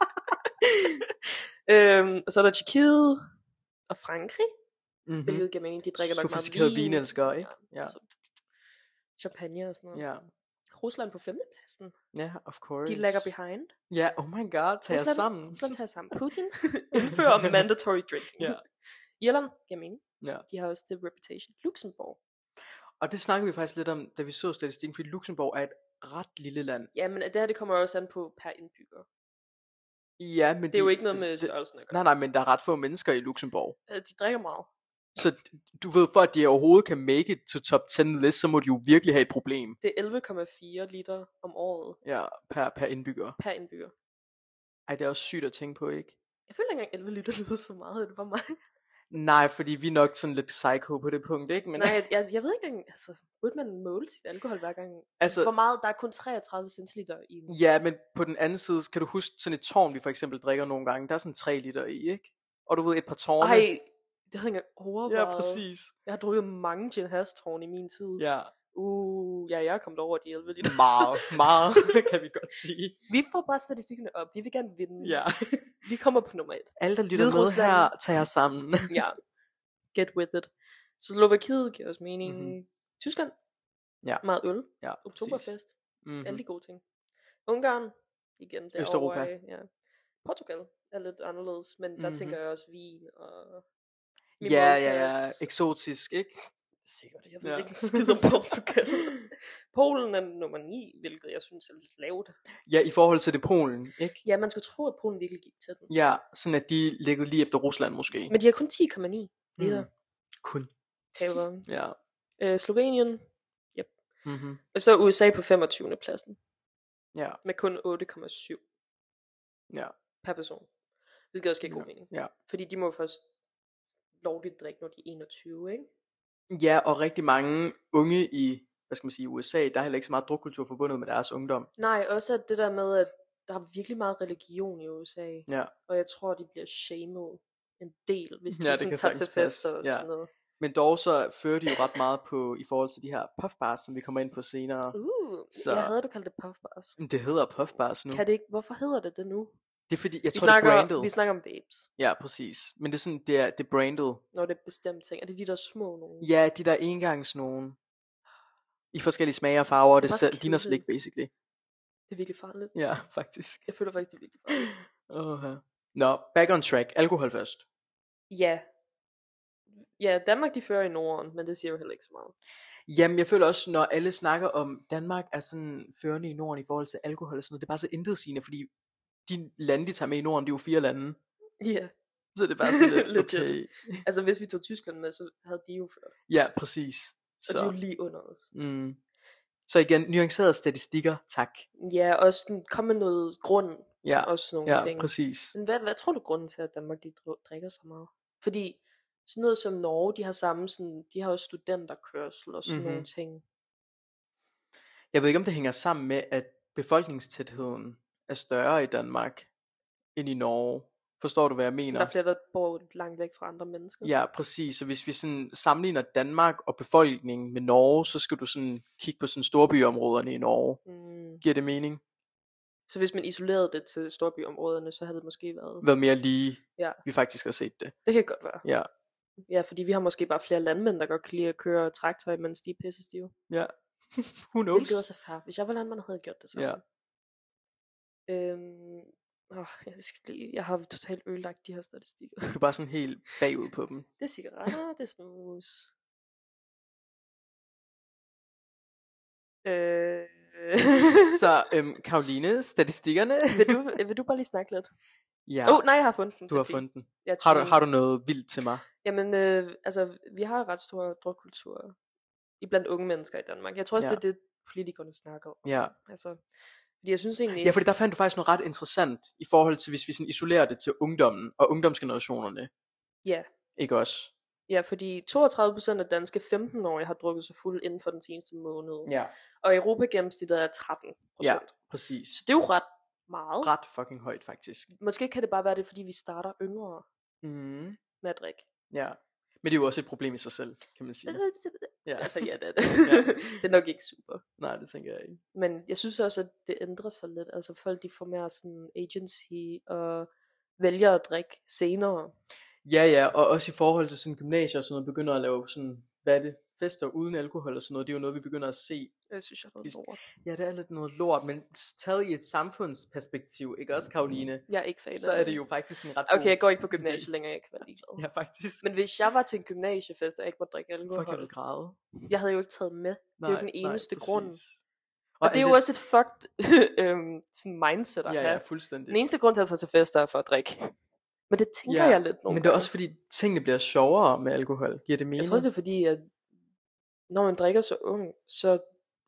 øhm, og så er der Tjekkiet og Frankrig, mm-hmm. hvilket giver mening. De drikker nok meget Sofistikeret vin. vinelskere, ikke? Ja. altså, champagne og sådan noget. Ja. Rusland på femtepladsen. Ja, of course. De lagger behind. Ja, oh my god, tag jer Rusland- sammen. Rusland tager sammen. Putin indfører mandatory drinking. Ja. Irland giver mening. Ja. De har også det reputation. Luxembourg. Og det snakkede vi faktisk lidt om, da vi så statistikken, fordi Luxembourg er et ret lille land. Ja, men det her det kommer også an på per indbygger. Ja, men Det er jo ikke noget med det, størrelsen at gøre. Nej, nej, men der er ret få mennesker i Luxembourg. Øh, De drikker meget. Så du ved, for at de overhovedet kan make it to top ti list, så må de jo virkelig have et problem. Det er elleve komma fire liter om året Ja, per, per indbygger. per indbygger. Ej, det er også sygt at tænke på, ikke? Jeg føler ikke engang elleve liter lyder så meget. Det var mig. Nej, fordi vi er nok sådan lidt psycho på det punkt, ikke? Men Nej, jeg, jeg, jeg ved ikke engang, altså, burde man måle sit alkohol hver gang? altså, Hvor meget? Der er kun treogtredive centiliter i den. ja, men på den anden side, kan du huske sådan et tårn, vi for eksempel drikker nogle gange, der er sådan tre liter i, ikke? Og du ved, et par tårne. Ej, det havde jeg ikke engang overvejet. Ja, præcis. Jeg har drukket mange gin has-tårn i min tid. Ja, Uh, ja, jeg er kommet over de elleve liter. meget, meget, kan vi godt sige. Vi får bare statistikkerne op. Vi vil gerne vinde. Ja. Vi kommer på nummer et. Alle, der lytter med Hviderusland. her, tager sammen. Ja. Get with it. Så Slovakiet giver os mening. Mhm. Mm-hmm. Tyskland. Ja. Meget øl. Ja, Oktoberfest. mm-hmm. Alle de gode ting. Ungarn. Igen derovre. Østeuropa. Ja. Portugal er lidt anderledes. Men der Mhm. tænker jeg også vin og... Ja, ja, ja, mimosas. eksotisk, ikke? Sikkert, jeg ved Ja. ikke en skid om Portugal. Polen er nummer ni, hvilket jeg synes er lidt lavt. Ja, i forhold til det Polen, ikke? Ja, man skulle tro, at Polen virkelig gik til den. Ja, sådan at de ligger lige efter Rusland måske. Men de har kun ti komma ni liter. Mm. Kun. Taber. Ja. Øh, Slovenien, Mm-hmm. og så U S A på femogtyvende pladsen, Ja, med kun otte komma syv ja, per person. Hvilket også giver god Ja, mening. ja. Fordi de må jo først lovligt drikke, når de er enogtyve, ikke? ja, og rigtig mange unge i, hvad skal man sige, U S A, der er heller ikke så meget drukkultur forbundet med deres ungdom. Nej, også at det der med, at der er virkelig meget religion i U S A. Ja. Og jeg tror, de bliver shamed en del, hvis de Ja, det sådan kan tager til sagtens passe. fester og Ja. sådan noget. Men dog så fører de jo ret meget på, i forhold til de her puffbars, som vi kommer ind på senere. Uh, Så- så... jeg havde du kaldt det puffbars. Det hedder puffbars nu. Kan det ikke, hvorfor hedder det det nu? Det er fordi, jeg Vi tror det er snakker, branded. vi snakker om vapes, Ja, præcis. Men det er sådan, det er, det er branded. når det er bestemt ting. Er det de der små nogen? Ja, de der engangs nogen. I forskellige smager og farver, og det, Det er det bare ligner kedeligt. slik, basically. Det er virkelig farligt. Ja, faktisk. Jeg føler faktisk, det er virkelig farligt. Uh-huh. Nå, back on track. Alkohol først. Ja. Ja, Danmark de fører i Norden, men det siger jo heller ikke så meget. Jamen, jeg føler også, når alle snakker om, Danmark er sådan førende i Norden i forhold til alkohol og sådan noget, det er bare så intetsigende, fordi de lande, de tager med i Norden, det er jo fire lande. Ja, Så det er bare sådan lidt, Legit. okay. altså hvis vi tog Tyskland med, så havde de jo ført. Ja, præcis. Og de er jo Så, lige under os. mm. så igen, nuancerede statistikker, tak. Ja, og sådan, kom med noget grund, Ja, og sådan nogle ja, ting. præcis. Men hvad, hvad tror du grunden til, at Danmark de dr- drikker så meget? Fordi sådan noget som Norge, de har samme sådan, de har også studenterkørsel og sådan Mhm. nogle ting. Jeg ved ikke, om det hænger sammen med, at befolkningstætheden er større i Danmark end i Norge. Forstår du, hvad jeg Så mener? der er flere, der bor langt væk fra andre mennesker. Ja, præcis. Så hvis vi sådan sammenligner Danmark og befolkningen med Norge, så skal du sådan kigge på sådan storbyområderne i Norge. Mm. Giver det mening? Så hvis man isolerede det til storbyområderne, så havde det måske været... Været mere lige, Ja. vi faktisk har set det. Det kan godt være. Ja. Ja, fordi vi har måske bare flere landmænd, der godt kan lide at køre traktor, mens de er pissestive. Ja. Who knows? Hvilket også er fair. Hvis jeg var landmand, havde jeg gjort det sådan. Ja. Øhm, åh, jeg, skal lige, jeg har totalt ødelagt de her statistikker. Du er bare sådan helt bagud på dem. Det er cigaretter, det er snus. Øh... Så øhm, Karoline, statistikkerne. vil, du, vil du bare lige snakke lidt? Ja. Åh, oh, nej, jeg har fundet den. Du har fordi fundet den. jeg Har du, tror- har du noget vildt til mig? Jamen, øh, altså, vi har ret stor drukkultur i blandt unge mennesker i Danmark. Jeg tror også, Ja. det er det, politikerne snakker om. Ja. Altså, fordi jeg synes egentlig Ja, fordi der fandt du faktisk noget ret interessant i forhold til, hvis vi sådan isolerer det til ungdommen og ungdomsgenerationerne. Ja, Ikke også? ja, fordi toogtredive procent af danske femten-årige har drukket sig fuld inden for den seneste måned. Ja. Og Europa-gennemsnittet er tretten procent. Ja, præcis. Så det er jo ret meget. Ret fucking højt, faktisk. Måske kan det bare være det, fordi vi starter yngre Mm. med at drikke. Ja. Men det er jo også et problem i sig selv, kan man sige. Ja. Altså, ja, det er det. Ja. Det er nok ikke super. Nej, det tænker jeg ikke. Men jeg synes også, at det ændrer sig lidt. Altså folk, de får mere sådan agency og vælger at drikke senere. Ja, ja, og også i forhold til sådan gymnasier og sådan noget, begynder at lave sådan, hvad er det, fester uden alkohol og sådan noget, det er jo noget, vi begynder at se. Jeg synes, jeg er noget lort. Ja, det er lidt noget lort, men taget i et samfundsperspektiv, ikke også, Karoline? Jeg er ikke fan af Så er det jo faktisk en ret god... Okay, jeg går ikke på gymnasiet længere, jeg kan være ligeglad. Ja, faktisk. Men hvis jeg var til en gymnasiefest, og jeg ikke måtte drikke Fuck, jeg alkohol, vil græde. jeg havde jo ikke taget med. Nej, det er jo den eneste nej, grund. præcis. Og, og det er jo det... også et fucked øhm, sådan mindset at Ja, have. ja, fuldstændig. Den eneste grund til at tage til fester er for at drikke. Men det tænker Ja, jeg lidt nogle Men det er gange. også fordi, tingene bliver sjovere med alkohol. Giver det mening? Jeg tror også, det er fordi, at når man drikker så ung, så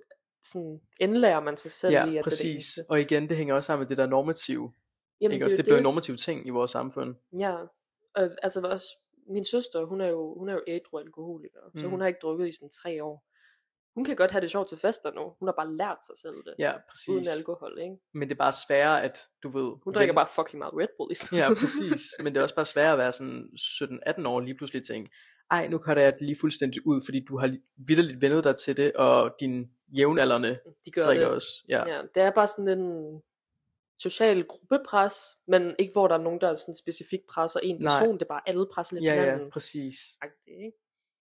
sådan indlærer man sig selv Ja, i, at det er det præcis. eneste. Og igen, det hænger også sammen med det der normative. Jamen, Ikke det, også? er Det jo bliver en normativ ting i vores samfund. Ja, og, altså også, min søster, hun er jo, hun er jo ædru alkoholiker, mm. så Mm. hun har ikke drukket i sådan tre år. Hun kan godt have det sjovt til fester nu. Hun har bare lært sig selv det. Ja, præcis. Uden alkohol, ikke? Men det er bare sværere, at du ved... Hun drikker bare fucking meget Red Bull i stedet. Ja, præcis. Men det er også bare sværere at være sådan sytten atten år lige pludselig tænke, ej, nu kan jeg det lige fuldstændig ud, fordi du har vitterligt vendet dig til det, og dine jævnaldrende De gør drikker det. også. Ja. Ja, det er bare sådan en social gruppepres, men ikke hvor der er nogen, der sådan specifikt presser en Nej. person. Det er bare alle presser lidt Ja, ja, hinanden. præcis. Ikke?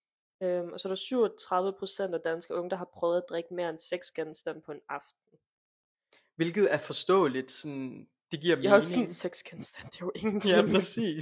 Øhm, og så er der syvogtredive procent af danske unge, der har prøvet at drikke mere end seks genstande på en aften. Hvilket er forståeligt, sådan, det giver Jeg har mening. sådan seks genstande, det er jo ingenting. Ja, præcis.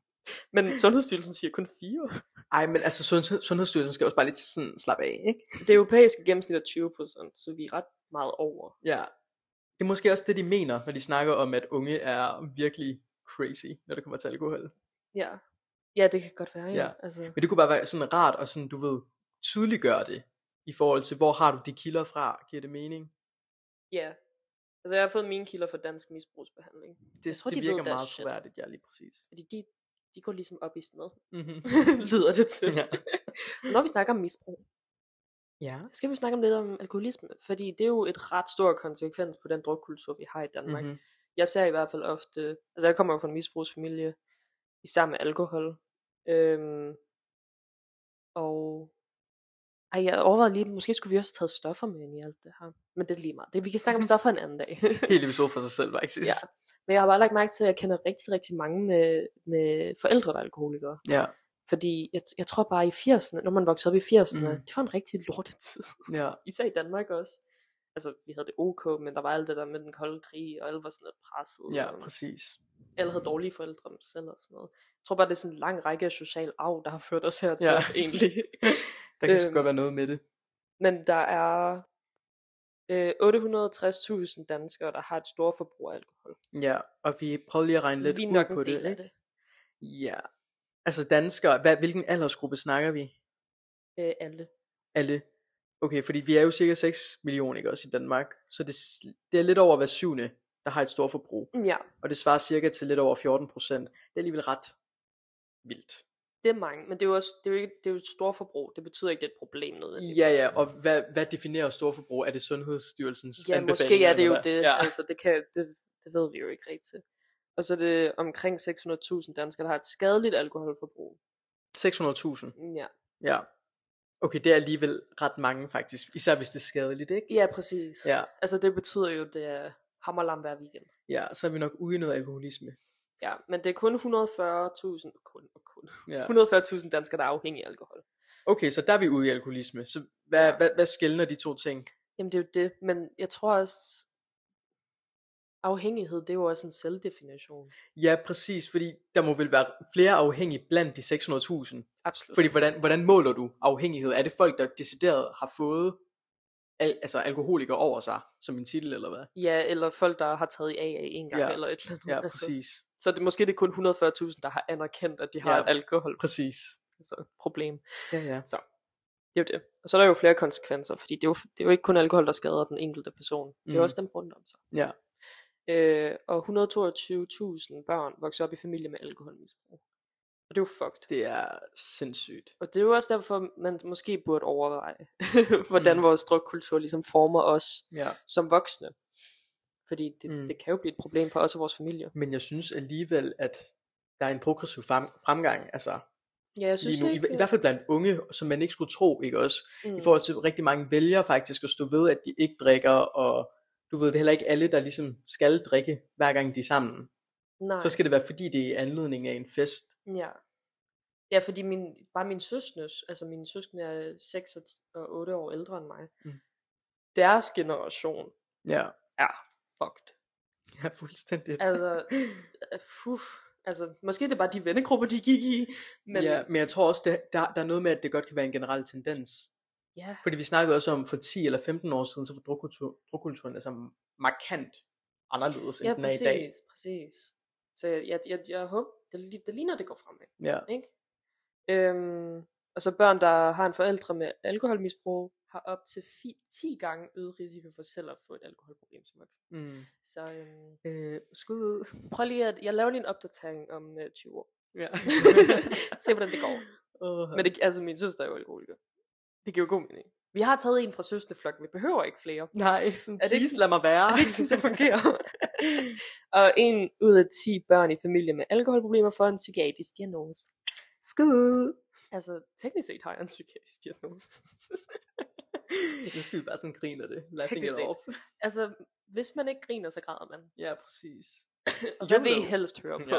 Men Sundhedsstyrelsen siger kun fire. Ej, men altså, sundhed, Sundhedsstyrelsen skal også bare lidt sådan slappe af, ikke? Det europæiske gennemsnit er tyve procent, så vi er ret meget over. Ja. Det er måske også det, de mener, når de snakker om, at unge er virkelig crazy, når det kommer til alkohol. Ja, ja det kan godt være, ja. Ja. Altså, Men det kunne bare være sådan rart, og sådan, du ved, tydeliggøre det, i forhold til, hvor har du de kilder fra, giver det mening? ja. Altså jeg har fået mine kilder for dansk misbrugsbehandling. Det, Jeg tror, det de virker ved deres meget shit. troværdigt, ja, lige præcis. Fordi de, de går ligesom op i sådan noget. Mm-hmm. Lyder det til. Ja. Når vi snakker om misbrug, Ja. så skal vi snakke om lidt om alkoholisme. Fordi det er jo et ret stor konsekvens på den drukkultur, vi har i Danmark. Mm-hmm. Jeg ser i hvert fald ofte, altså jeg kommer jo fra en misbrugsfamilie, især med alkohol. Øhm, og ej, jeg overvejede lige, måske skulle vi også have taget stoffer med ind i alt det her. Men det er lige meget. Det, vi kan snakke om stoffer en anden dag. Helt episode for sig selv, faktisk. Ja. Men jeg har bare lagt mærke til, at jeg kender rigtig, rigtig mange med, med forældre, der er alkoholikere. Ja. Fordi jeg, jeg tror bare i firserne, når man voksede op i firserne, Mm. det var en rigtig lortetid. Ja. Især i Danmark også. Altså, vi havde det ok, men der var alt det der med den kolde krig, og alle var sådan lidt presset. Ja, og præcis. alle havde dårlige forældre selv og sådan noget. Jeg tror bare, det er sådan en lang række af social arv, der har ført os hertil, Ja. egentlig. Der kan sgu Øhm. godt være noget med det. Men der er øh, ottehundrede og tres tusind danskere, der har et stort forbrug af alkohol. Ja, og vi prøvede lige at regne lidt Vi er ud nok på en del det, af ikke? det. Ja. Altså danskere, hvad, hvilken aldersgruppe snakker vi? Øh, alle. Alle. Okay, fordi vi er jo cirka seks millioner, ikke også, i Danmark. Så det, det er lidt over hver syvende, der har et stort forbrug. Ja, Og det svarer cirka til lidt over fjorten procent. Det er alligevel ret vildt. det er mange, men det er jo også det er jo ikke, det er jo et stort forbrug. Det betyder ikke, det er et problem nødvendigvis. Ja, ja, og hvad, hvad definerer storforbrug? Er det Sundhedsstyrelsens Ja, anbefaling? måske er det jo eller hvad? det. Ja. Altså, det, kan, det, det ved vi jo ikke rigtigt. Og så er det omkring seks hundrede tusind danskere, der har et skadeligt alkoholforbrug. seks hundrede tusind? Ja. Ja. Okay, det er alligevel ret mange faktisk, især hvis det er skadeligt, ikke? Ja, præcis. Ja. Altså det betyder jo, at det er hammerlam hver weekend. Ja, så er vi nok ude i noget alkoholisme. Ja, men det er kun et hundrede og fyrre tusind, kun og kun, Ja. et hundrede og fyrre tusind danskere, der er afhængige af alkohol. Okay, så der er vi ude i alkoholisme. Så hvad, Ja. hvad, hvad skelner de to ting? Jamen det er jo det, men jeg tror også, afhængighed, det er jo også en selvdefinition. Ja, præcis, fordi der må vel være flere afhængige blandt de seks hundrede tusind. Absolut. Fordi hvordan, hvordan måler du afhængighed? Er det folk, der decideret har fået al, altså alkoholikere over sig, som en titel, eller hvad? Ja, eller folk, der har taget i A A en gang, Ja. eller et eller andet. Ja, Altså, præcis. så det, måske det er kun et hundrede og fyrre tusind, der har anerkendt, at de har Ja, et alkohol. Præcis. Altså, problem. Ja, ja. Så, det er jo det. Og så er der jo flere konsekvenser, fordi det er jo, det er jo ikke kun alkohol, der skader den enkelte person. Det er jo Mm. også dem rundt om sig. Ja. Øh, og et hundrede og toogtyve tusind børn vokser op i familier med alkoholmisbrug. Og det er jo fucked. Det er sindssygt. Og det er jo også derfor, man måske burde overveje, hvordan Mm. vores drukkultur ligesom former os Ja. som voksne. Fordi det, Mm. det kan jo blive et problem for os og vores familier. Men jeg synes alligevel, at der er en progressiv frem- fremgang, altså Ja, jeg synes lige nu, ikke, i, i hvert fald blandt unge, som man ikke skulle tro, ikke også? mm. I forhold til rigtig mange vælger faktisk at stå ved, at de ikke drikker, og du ved, det er heller ikke alle, der ligesom skal drikke, hver gang de er sammen. Nej. Så skal det være, fordi det er anledning af en fest. Ja. Ja, fordi min, bare min søskende, altså mine søskende er seks og otte år ældre end mig. Mm. Deres generation Ja, er fucked. ja, fuldstændigt. Altså, fuh, altså, måske det er bare de vennegrupper, de gik i. Men Ja, men jeg tror også, det, der, der er noget med, at det godt kan være en generel tendens. ja, Fordi vi snakkede også om, for ti eller femten år siden, så var drukkultur, drukkulturen altså markant anderledes, end ja den er i dag. præcis, præcis. Så jeg, jeg, jeg, jeg håber, det, det ligner, det går fremad. Ja, Ikke? Øhm, og så børn, der har en forældre med alkoholmisbrug, har op til ti gange øget risiko for selv at få et alkoholproblem som voksen. mm. Så øhm, øh, skud ud. prøv lige at, jeg laver lige en opdatering om øh, tyve år. Ja. Se hvordan det går. uh, Men det, altså min søster er jo alkoholiker. Det giver jo god mening. Vi har taget en fra søsterflokken, vi behøver ikke flere. Nej, sådan, Er det ikke please, sådan- lad mig være. Er det ikke sådan, det fungerer? Og en ud af ti børn i familie med alkoholproblemer får en psykiatrisk diagnose. Skud. Altså, teknisk set har jeg en psykiatrisk diagnose. Nu skal vi bare sådan grine af det. Laughing Teknisk it set. off. Altså, hvis man ikke griner, så græder man. Ja, præcis. Og hvad vil I YOLO. helst høre på? Ja.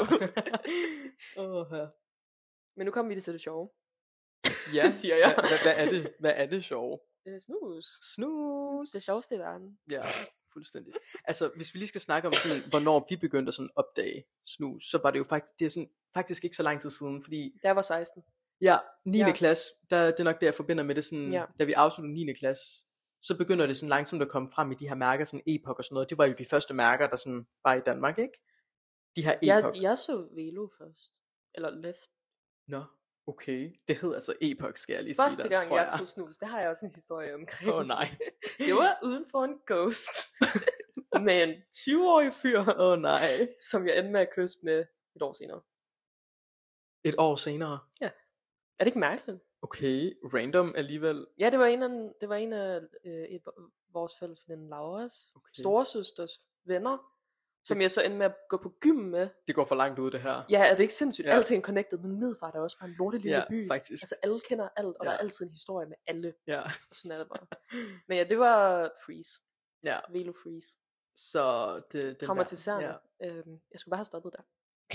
Åh, ja. Men nu kommer vi til det sjove. Ja, Siger jeg. Hvad, hvad, hvad, er det, hvad er det sjove? Øh, snus. Snus. Det sjoveste i verden. Ja, fuldstændig. Altså, hvis vi lige skal snakke om sådan, hvornår vi begyndte at sådan opdage snus, så var det jo faktisk, det er sådan, faktisk ikke så lang tid siden, fordi Da jeg var seksten. ja, niende Ja. klasse, der, det er nok det, jeg forbinder med det sådan, Ja. da vi afsluttede niende klasse, så begynder det sådan langsomt at komme frem i de her mærker, sådan Epoch og sådan noget. Det var jo de første mærker, der sådan var i Danmark, ikke? De her Jeg, Epoch. jeg så Velo først. Eller Left. Nå, okay. Det hed altså Epoch, skal jeg lige sige Første dig, gang tror jeg tog snus, det har jeg også en historie omkring. Åh oh, nej. Det var uden for en ghost. Med en tyve-årig fyr, Åh oh, nej. som jeg endte med at kysse med et år senere. Et år senere. Er det ikke mærkeligt? Okay, random alligevel. Ja, det var en af, det var en af øh, et, vores fælles veninde Lauras Okay. storesøsters venner, som jeg så endte med at gå på gym med. Det går for langt ud, det her. Ja, er det ikke sindssygt? Ja. Ja. Alting connected, men Middelfart er også bare en lorte lille Ja, by. faktisk. Altså alle kender alt, og Ja. der er altid en historie med alle. Ja. Og sådan er det bare. Men ja, det var Freeze. Ja. Velo Freeze. Så det, den Traumatiserende. Der, Ja. Øhm, jeg skulle bare have stoppet der.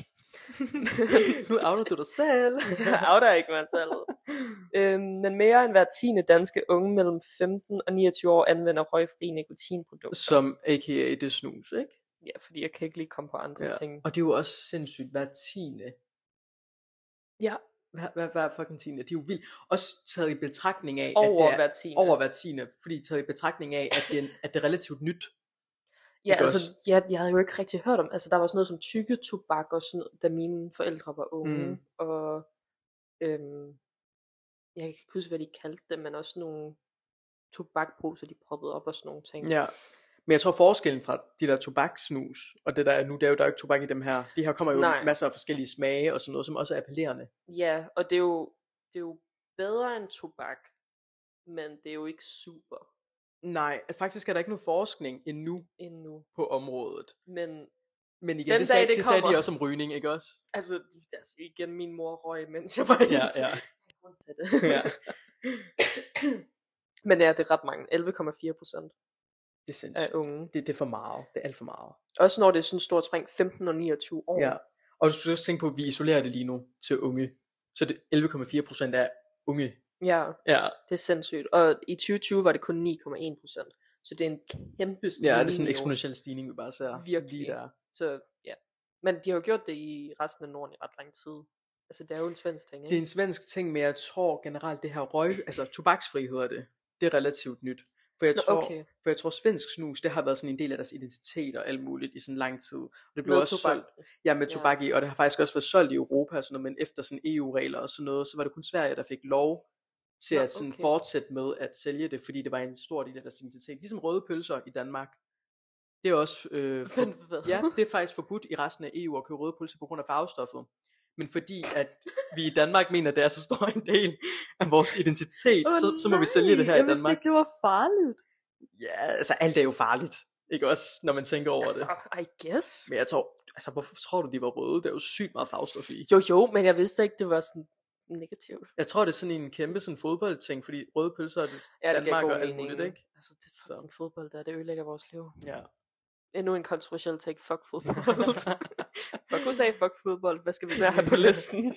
nu outer du dig selv. Jeg outer ikke mig selv. øhm, men mere end hver tiende danske unge mellem femten og niogtyve år anvender røgfri nikotinprodukter. Som A K A det snus, ikke? Ja, fordi jeg kan ikke lige komme på andre Ja. ting. Og det er jo også sindssygt, hver tiende. Ja, Hver, hver, hver fucking tiende. Det er jo vildt. Også taget i betragtning af, over at det er hver tiende. over hver tiende. Fordi taget i betragtning af, at det er, at det er relativt nyt. Ja, Ikke altså, også? jeg, jeg havde jo ikke rigtig hørt om, altså der var sådan noget som tykketobak og sådan noget, da mine forældre var unge, Mm. og øhm, jeg kan ikke huske, hvad de kaldte det, men også nogle tobakposer, de proppede op og sådan nogle ting. Ja. Men jeg tror forskellen fra de der tobaksnus, og det der er nu, det er jo, der er jo ikke tobak i dem her. De her kommer jo Nej. masser af forskellige smage og sådan noget, som også er appellerende. Ja, og det er jo, det er jo bedre end tobak, men det er jo ikke super Nej, faktisk er der ikke nogen forskning endnu endnu. på området. Men Men igen, Den det, sagde, dag, det det sagde kommer. de også om rygning, ikke også? Altså, altså igen, min mor røg, mens jeg var Ja, helt ja. det. Ja. Men ja, det er ret mange. elleve komma fire procent Det er af sindssygt. unge. Det, det er for meget. Det er alt for meget. Også når det er sådan et stort spring, femten og niogtyve år. Ja. Og du skal også tænke på, at vi isolerer det lige nu til unge. Så det elleve komma fire procent er unge. Ja, Ja. det er sindssygt. Og i tyve tyve var det kun ni komma en procent. Så det er en kæmpe stigning. Ja, det er sådan en i år. eksponentiel stigning, vi bare ser. Virkelig. Lige der. Så ja. Men de har jo gjort det i resten af Norden i ret lang tid. Altså det er jo en svensk ting, Det er ikke? en svensk ting, men jeg tror generelt, det her røg, altså tobaksfri hedder det, det er relativt nyt. For jeg, Nå, tror, okay. for jeg tror, svensk snus, det har været sådan en del af deres identitet og alt muligt i sådan lang tid. Og det blev Med også tobak. solgt, ja, med Ja. tobak i, og det har faktisk også været solgt i Europa og sådan noget, men efter sådan E U-regler og sådan noget, så var det kun Sverige, der fik lov til Nå, at sådan okay. fortsætte med at sælge det, fordi det var en stor del af deres identitet. Ligesom røde pølser i Danmark. Det er også øh, for, Men hvad? ja, det er faktisk forbudt i resten af E U at købe røde pølser på grund af farvestoffet. Men fordi at vi i Danmark mener, at det er så stor en del af vores identitet, Åh, så, så må vi nej, sælge det her jeg i vidste Danmark. ikke, det var farligt. Ja, altså alt er jo farligt, ikke også, når man tænker over Altså, det. I guess. Men jeg tror, altså hvorfor tror du, de var røde? Der er jo sygt meget farvestof i. Jo, jo, men jeg vidste ikke, det var sådan negativt. Jeg tror, det er sådan en kæmpe sådan fodboldting, fordi røde pølser er det Ja, det giver Danmark god og alt mening. muligt, ikke? Altså, det er fucking fodbold der, det ødelægger vores liv. Ja. Endnu en kontroversiel take, fuck fodbold. Fuck U S A, fuck fodbold, hvad skal vi mere have på listen?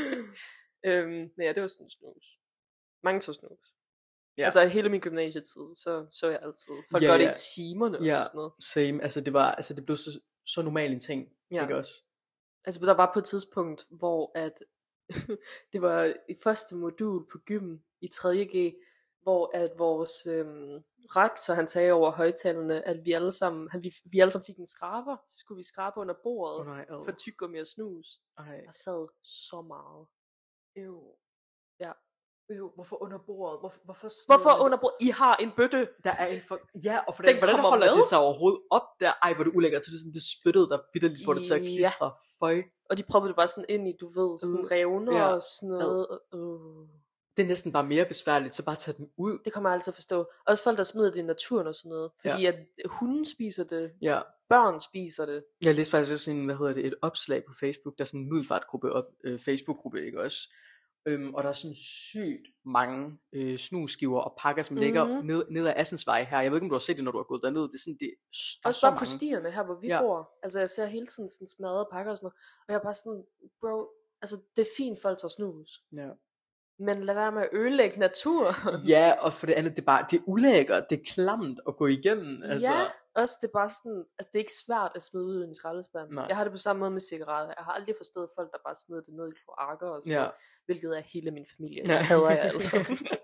øhm, men ja, det var sådan snus. Mange tog snus. Ja. Ja. Altså hele min gymnasietid, så så jeg altid. Folk Ja, gør det ja. i timerne og Ja. sådan noget. Same, altså det var, altså det blev så, så normal en ting, Ja. ikke også? Altså der var på et tidspunkt, hvor at det var i første modul på gym i tredje G, hvor at vores øhm, rektor, han sagde over højtalerne, at vi alle sammen, han, vi, vi alle sammen fik en skraber. Så skulle vi skrabe under bordet Åh nej, åh. for tyggegummi og snus. Ej. Der sad så meget. Øv. Ja. Øv, hvorfor under bordet? Hvorfor, hvorfor, smider Hvorfor man- under bordet? I har en bøtte. Der er en for... Ja, og for Den den, hvordan kommer holder med? det sig overhovedet op der? Ej, hvor er det ulækkert. Så det er sådan, det spyttede, der vitterligt får det til at Ja. klistre. Føj. Og de proppede det bare sådan ind i, du ved, sådan Øh, revner ja. og sådan noget. Uh. Det er næsten bare mere besværligt, så bare tage den ud. Det kommer jeg altid at forstå. Også folk, der smider det i naturen og sådan noget. Fordi Ja. at hunden spiser det, Ja. børn spiser det. Jeg læste faktisk også en, hvad hedder det, et opslag på Facebook, der er sådan en middelfartgruppe, op, øh, Facebook-gruppe, ikke også? Øhm, og der er sådan sygt mange øh, snusskiver og pakker, som mm-hmm. ligger Mhm. ned, ned ad Assensvej her. Jeg ved ikke, om du har set det, når du har gået derned. Det er sådan, det der er Også så bare på mange. stierne her, hvor vi Ja. bor. Altså jeg ser hele tiden sådan smadrede pakker og sådan noget. Og jeg er bare sådan, bro, altså det er fint, folk tager snus. Ja. Men lad være med at ødelægge natur. Ja, og for det andet, det er bare, det er ulækkert, det er klamt at gå igennem. Altså, Ja, også det er bare sådan, altså det er ikke svært at smide ud i en skraldespand. Nej. Jeg har det på samme måde med cigaretter. Jeg har aldrig forstået folk, der bare smider det ned i kloakker og sådan Ja. noget, hvilket er hele min familie. Ja. Jeg hader jeg altså.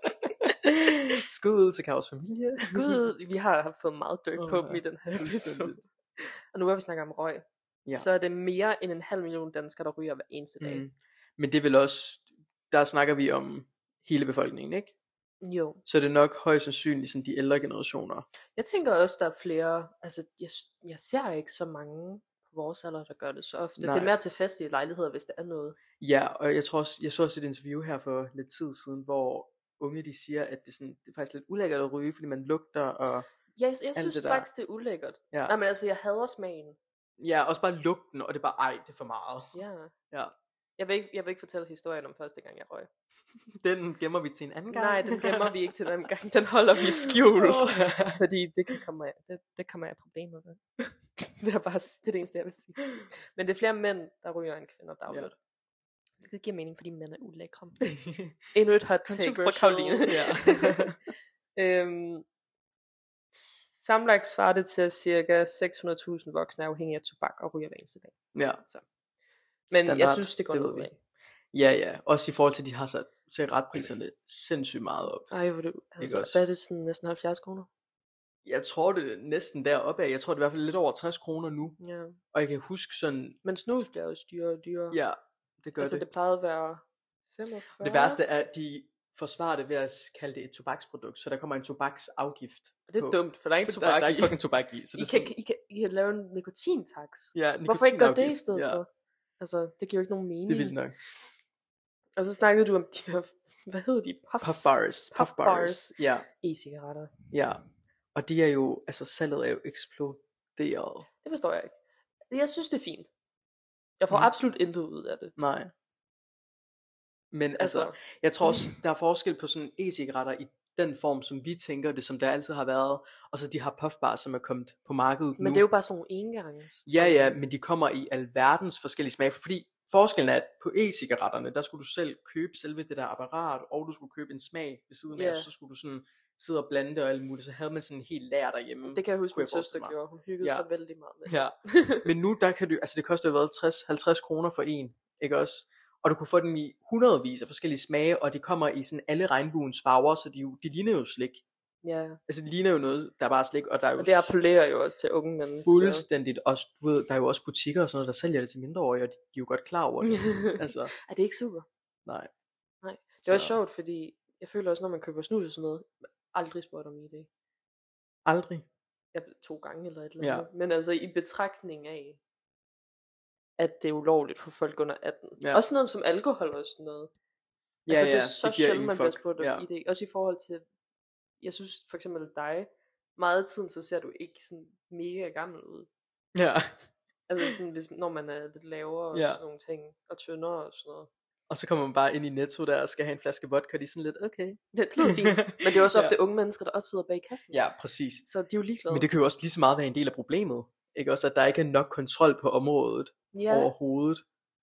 Skud ud til Kavs familie. Gud, vi har fået meget dirt Åh, på dem ja. i den her episode. Fuldstændigt. Og nu hvor vi snakker om røg, Ja. så er det mere end en halv million danskere, der ryger hver eneste dag. Mm. Men det er vel også, der snakker vi om hele befolkningen, ikke? Jo. Så det er nok højst sandsynligt sådan de ældre generationer. Jeg tænker også, der er flere, altså jeg, jeg ser ikke så mange på vores alder, der gør det så ofte. Nej. Det er mere til festlige lejligheder, hvis det er noget. Ja, og jeg tror også, jeg så også et interview her for lidt tid siden, hvor unge de siger, at det, er sådan, det er faktisk lidt ulækkert at ryge, fordi man lugter og... Ja, jeg, jeg Alt synes det der. faktisk, det er ulækkert. Ja. Nej, men altså, jeg hader smagen. Ja, også bare lugten, og det er bare, ej, det er for meget. Ja. Ja. Jeg vil, ikke, jeg vil ikke fortælle historien om første gang, jeg røg. Den gemmer vi til en anden gang. Nej, den gemmer vi ikke til den gang. Den holder vi skjult. Åh. Fordi det kan komme af, det, det kommer af problemer med. Det er, bare, det er det eneste, jeg vil sige. Men det er flere mænd, der ryger end kvinder dagligt. Ja. Det giver mening, fordi mænd er ulækre. Endnu et hot take fra Karoline. Ja. øhm, sammenlagt svarer det til cirka seks hundrede tusind voksne er afhængige af tobak og ryger hver eneste dag. Ja. Så. Men Standard, jeg synes, det går det ned ved vi. af. Ja, ja. Også i forhold til, at de har sat cigaretpriserne sindssygt meget op. Ej, hvor du, Ikke altså, også? hvad er det sådan næsten halvfjerds kroner? Jeg tror det er næsten deroppe af. Jeg tror det er i hvert fald lidt over tres kroner nu. Ja. Og jeg kan huske sådan, Men snus bliver også dyrere og dyrere. ja, det gør altså det. det plejede at være femogfyrre. Det værste er, at de forsvarer det ved at kalde det et tobaksprodukt. Så der kommer en tobaksafgift. Det er på. dumt, for der er ikke Der, tobak der er i. ikke fucking tobak i. Så I det er kan, sådan, I, kan, I kan lave en nikotintaks. ja, Hvorfor ikke gøre det i nikotinafgift. stedet Ja, for? Altså, det giver jo ikke nogen mening. det er vildt nok. Og så snakkede du om de der, hvad hedder de? Puffs? Puff bars. Puff bars. Ja, E-cigaretter. ja. Og de er jo, altså salget er jo eksploderet. Det forstår jeg ikke. Jeg synes, det er fint. Jeg får Mm. absolut intet ud af det. Nej. Men altså, Altså, jeg tror også, der er forskel på sådan e-cigaretter i den form, som vi tænker det, som der altid har været, og så de har puffbars, som er kommet på markedet men nu. det er jo bare sådan nogle engangs. Ja, ja, men de kommer i alverdens forskellige smage, fordi forskellen er, at på e-cigaretterne, der skulle du selv købe selve det der apparat, og du skulle købe en smag ved siden af, Ja. og så skulle du sådan sidde og blande det og alt muligt, så havde man sådan en helt lær derhjemme. Det kan jeg huske, kunne min jeg forestille søster mig. gjorde. Hun hyggede Ja. sig vældig meget med det. Ja, men nu der kan du, altså det koster jo hvad, tres til halvtreds kroner for en, ikke også? Og du kunne få dem i hundredvis af forskellige smage, og de kommer i sådan alle regnbuens farver, så de, jo- de ligner jo slik. Ja. Altså de ligner jo noget, der er bare slik, og der er jo Og det appellerer jo også til unge mennesker. fuldstændigt, også, du ved, der er jo også butikker og sådan noget, der sælger det til mindreårige, og de, de er jo godt klar over det. Altså, Er det ikke super? nej. Nej. Det er også Så- sjovt, fordi jeg føler også, når man køber snus og sådan noget, aldrig spurgt om I det. Aldrig. Jeg to gange eller et eller Ja. andet. Men altså i betragtning af, at det er ulovligt for folk under atten. Ja. Også noget som alkohol og sådan noget. Ja, altså det ja, er så det giver sjældent, ingen man bliver fuck. spurgt om Ja. I det. Også i forhold til, jeg synes for eksempel dig, meget af tiden så ser du ikke sådan mega gammel ud. Ja. Altså sådan, hvis, når man er lidt lavere og Ja. sådan nogle ting, og tyndere og sådan noget. Og så kommer man bare ind i Netto der og skal have en flaske vodka, de er sådan lidt, okay. Det lyder fint, men det er også Ja. ofte unge mennesker, der også sidder bag kassen. Ja, præcis. Så de er jo ligeglade. Men det kan jo også lige så meget være en del af problemet. Ikke også, at der ikke er nok kontrol på området ja, overhovedet.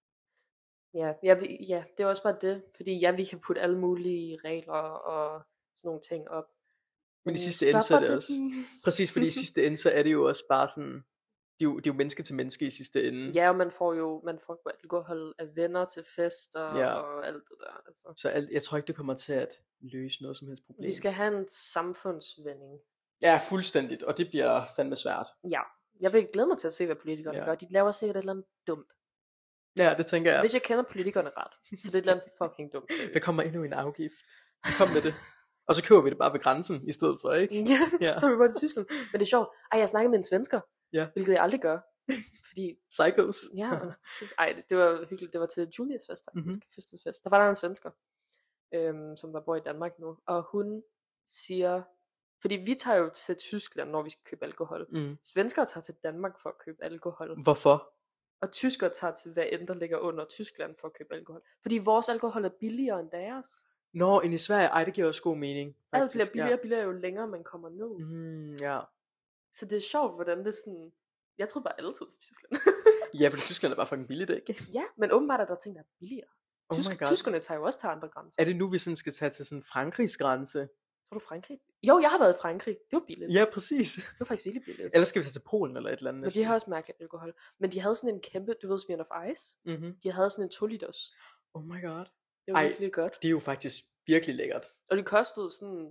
ja, ja, vi, ja, det er også bare det. Fordi ja, vi kan putte alle mulige regler og sådan nogle ting op. Men i sidste ende så er stopper det også, præcis fordi i sidste ende så er det jo også bare sådan, det er jo, det er jo menneske til menneske i sidste ende. Ja, og man får jo man får jo alkohol af venner til fester Ja. og alt det der. Altså. Så alt, jeg tror ikke det kommer til at løse noget som helst problem. Vi skal have en samfundsvending. Ja, fuldstændigt, og det bliver fandme svært. Ja, jeg vil glæde mig til at se, hvad politikerne Ja. gør. De laver sikkert et eller andet dumt. Ja, det tænker jeg. Hvis jeg kender politikerne ret, så det er et eller andet fucking dumt. Der kommer endnu en afgift. Kom med det. Og så køber vi det bare ved grænsen i stedet for, ikke? Ja, Ja. så tager vi bare til Tyskland. Men det er sjovt. Ej, jeg snakkede med en svensker, Ja. hvilket jeg aldrig gør. Fordi, Psychos. ja, så- ej, det, det var hyggeligt. Det var til Julias fest, faktisk. Mhm. Mm-hmm. Fødselsfest. Der var der en svensker, øhm, som der bor i Danmark nu. Og hun siger, fordi vi tager jo til Tyskland, når vi skal købe alkohol. Mm. Svenskere tager til Danmark for at købe alkohol. Hvorfor? Og tyskere tager til hvad end der ligger under Tyskland for at købe alkohol. Fordi vores alkohol er billigere end deres. Nå, end i Sverige, ej, det giver også god mening. Alt faktisk. bliver billigere og billigere, jo længere man kommer ned. Mm, ja. Så det er sjovt, hvordan det er sådan... Jeg troede bare altid til Tyskland. Ja, for Tyskland er bare fucking billigt, ikke? ja, men åbenbart er der ting, der er billigere. Oh Tysk, my god. tyskerne tager jo også til andre grænser. Er det nu, vi sådan skal tage til sådan Frankrigs grænse? Tror du Frankrig? Jo, jeg har været i Frankrig. Det var billigt. Ja, præcis. Det var faktisk virkelig billigt. Ellers skal vi tage til Polen eller et eller andet. Men de har også mærkeligt alkohol. Men de havde sådan en kæmpe, du ved, Smirnoff Ice. Mm-hmm. De havde sådan en to liters. Oh my god. Det var Ej. virkelig godt. Det er jo faktisk virkelig lækkert. Og det kostede sådan...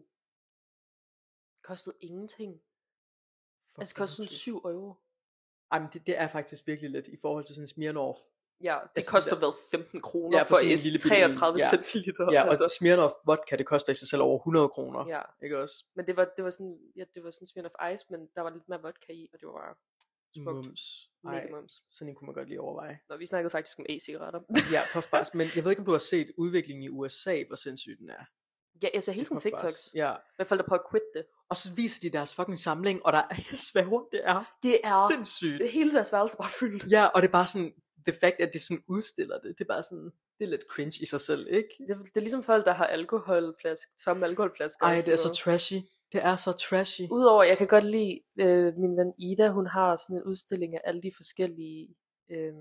Det kostede ingenting. Fuck, Altså det hvor kostede sådan hyggeligt. syv euro. Ej, men det, det er faktisk virkelig lidt i forhold til sådan Smirnoff. Ja, det Altså, koster det der- vel femten kroner Ja, for, for sådan en et lille bitte en. treogtredive Ja. centiliter. Ja, og altså. Smirnoff vodka, det koster i sig selv over hundrede kroner. Ja, Ikke også? men det var, det var sådan, ja, det var sådan Smirnoff Ice, men der var lidt mere vodka i, og det var bare smukt. Mums. Mega Ej, mums. sådan en kunne man godt lige overveje. Nå, vi snakkede faktisk om e-cigaretter. Ja, puffbars. Men jeg ved ikke, om du har set udviklingen i U S A, hvor sindssygt den er. ja, jeg ser hele tiden Puffbars. TikToks. Ja. Hvad folk der på at quit det. Og så viser de deres fucking samling, og der er, jeg sværger, det er Det er sindssygt. hele deres værelse bare fyldt. Ja, og det er bare sådan, the fact, at de sådan udstiller det, det er bare sådan, det er lidt cringe i sig selv, ikke? Det, det er ligesom folk, der har alkoholflasker, tomme alkoholflasker. Ej, og det sådan er så noget. trashy. Det er så trashy. Udover, jeg kan godt lide, øh, min ven Ida, hun har sådan en udstilling af alle de forskellige... Øh...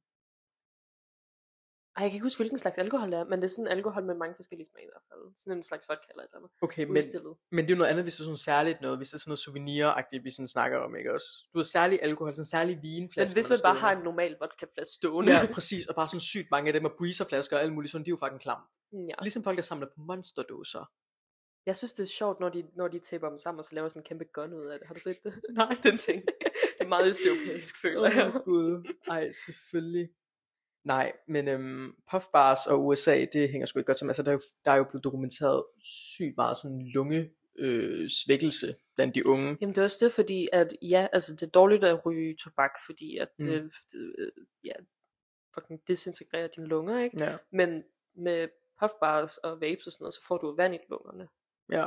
Ej, jeg kan ikke huske, hvilken slags alkohol det er, men det er sådan alkohol med mange forskellige smage i hvert fald. Sådan en slags vodka eller et eller andet. Okay, men, Udstillet. men det er jo noget andet, hvis det er sådan særligt noget, hvis det er sådan noget souvenir-agtigt, vi sådan snakker om, ikke også? Du har særlig alkohol, sådan særlig Men vinflasker. hvis man bare har en normal vodkaflaske stående. Ja, præcis, og bare sådan sygt mange af dem, og breezerflasker og alt muligt, sådan, de er jo fucking klam. ja. Ligesom folk, der samler på monsterdåser. Jeg synes, det er sjovt, når de, når de taber dem sammen, og så laver sådan en kæmpe gun ud af det. Har du set det? Nej. Den ting. Det er meget østeuropæisk, føler jeg. Åh, Gud. Ej, selvfølgelig. Nej, men øhm, puffbars og U S A, det hænger sgu ikke godt sammen. Altså, der er jo, der er jo blevet dokumenteret sygt meget sådan lunge øh, svækkelse blandt de unge. Jamen det er også det, fordi at, ja, altså det er dårligt at ryge tobak, fordi at, Mm. mm. øh, øh, ja, fucking desintegrerer dine lunger, ikke? Ja. Men med puffbars og vapes og sådan noget, så får du vand i lungerne. Ja.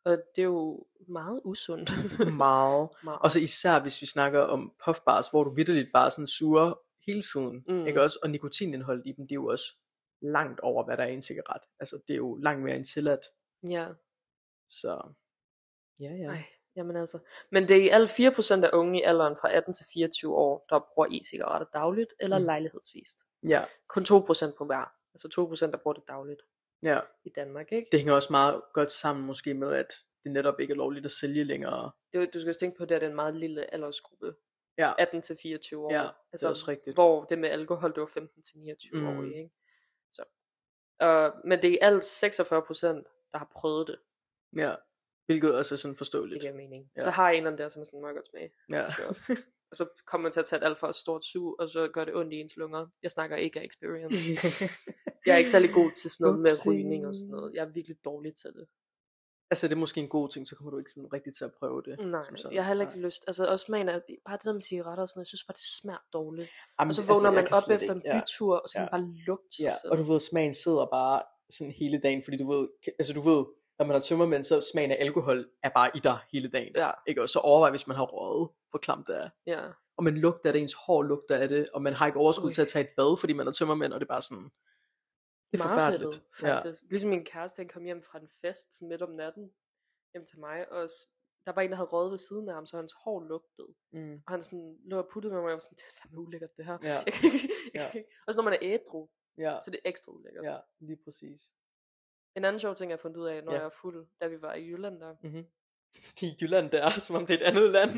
Og det er jo meget usundt. Meget. meget. Og så især hvis vi snakker om puffbars, hvor du vitterligt bare sådan suger hele tiden, Mm. ikke også? Og nikotinindholdet i dem, det er jo også langt over, hvad der er i en cigaret. Altså, det er jo langt mere end tilladt. Ja. Så, ja, ja. Ej, jamen altså. Men det er i alt fire procent af unge i alderen fra atten til fireogtyve år, der bruger e-cigaretter dagligt eller Mm. lejlighedsvist. Ja, Kun to procent på hver. Altså to procent, der bruger det dagligt ja. i Danmark, ikke? Det hænger også meget godt sammen måske med, at det netop ikke er lovligt at sælge længere. Det, du skal også tænke på, at det er en meget lille aldersgruppe. Ja, atten til fireogtyve år. ja, det altså, er også rigtigt. Hvor det med alkohol, det var femten til niogtyve Mm. år, ikke? Så. Uh, men det er i alt seksogfyrre procent, der har prøvet det. Ja, hvilket også er sådan Det forståeligt. giver mening. Ja. Så har en eller anden der, som er sådan meget godt smag. Ja. Så. Og så kommer man til at tage et alt for stort sug, og så gør det ondt i ens lunger. Jeg snakker ikke af experience. Jeg er ikke særlig god til sådan noget med Upsi. rygning og sådan noget. Jeg er virkelig dårlig til det. Altså, det er måske en god ting, så kommer du ikke sådan rigtig til at prøve det. Nej, som sådan. jeg har heller ikke Nej. lyst. Altså også smagen af, bare det der med cigaretter og sådan noget, jeg synes bare, det smager dårligt. Jamen, Og så altså, vågner jeg man kan op slet efter en ikke. Ja. bytur, og så kan Ja. man bare lugte sig Ja, selv. og du ved, smagen sidder bare sådan hele dagen, fordi du ved, altså du ved, når man har tømmermænd, så smagen af alkohol er bare i dig hele dagen. Ja, Ikke? Og så overvej, hvis man har røget, hvor klamt det er. ja. Og man lugter af det, ens hår lugter af det, og man har ikke overskud Ui. til at tage et bad, fordi man er tømmermænd, og det er bare sådan, det er forfærdeligt. Fedt, faktisk. Ja. Ligesom min kæreste, han kom hjem fra en fest sådan midt om natten, hjem til mig, og s- der var en, der havde røget ved siden af ham, så hans hår lugtede. Mm. Og han sådan lå og puttede med mig, og jeg var sådan, det er fandme ulækkert det her. Ja. Jeg kan ikke- jeg Ja. kan ikke- Og så når man er ædru, Ja, så det er ekstra ulækkert. ja, lige præcis. En anden sjov ting, jeg har fundet ud af, når Ja. jeg er fuld, da vi var i Jylland der. Mm-hmm. Det er Jylland der, som om det er et andet land.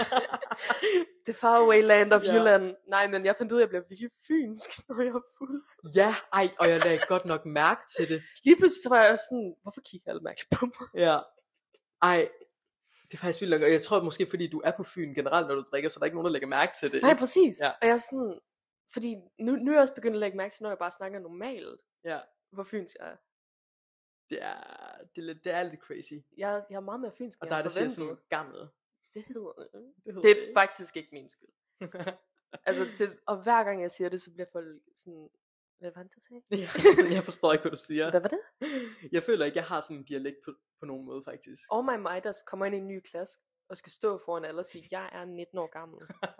The faraway land of Ja. Jylland. Nej, men jeg fandt ud af, at jeg bliver virkelig fynsk, når jeg er fuld. Ja, ej, og jeg lagde godt nok mærke til det. Lige pludselig så var jeg også sådan, hvorfor kigger alle mærke på mig? Ja. Ej, det er faktisk vildt nok, og jeg tror måske, fordi du er på Fyn generelt, når du drikker, så er der ikke nogen, der lægger mærke til det. Nej, ikke? præcis. Ja. Og jeg er sådan, fordi nu, nu er jeg også begyndt at lægge mærke til, når jeg bare snakker normalt, Ja, hvor fynsk jeg er. det er, det er, lidt, det er lidt crazy. Jeg, er- jeg er meget mere fynsk, Og end der er jeg det siger forventede. sådan gammel. Det hedder det. Det, Det er faktisk ikke min skyld. Altså, det, og hver gang jeg siger det, så bliver folk sådan, hvad var det, du sagde? Ja, sådan, jeg forstår ikke, hvad du siger. Hvad var det? Jeg føler ikke, jeg har sådan en dialekt på, på nogen måde, faktisk. All my miders kommer ind i en ny klasse, og skal stå foran alle og sige, jeg er nitten år gammel.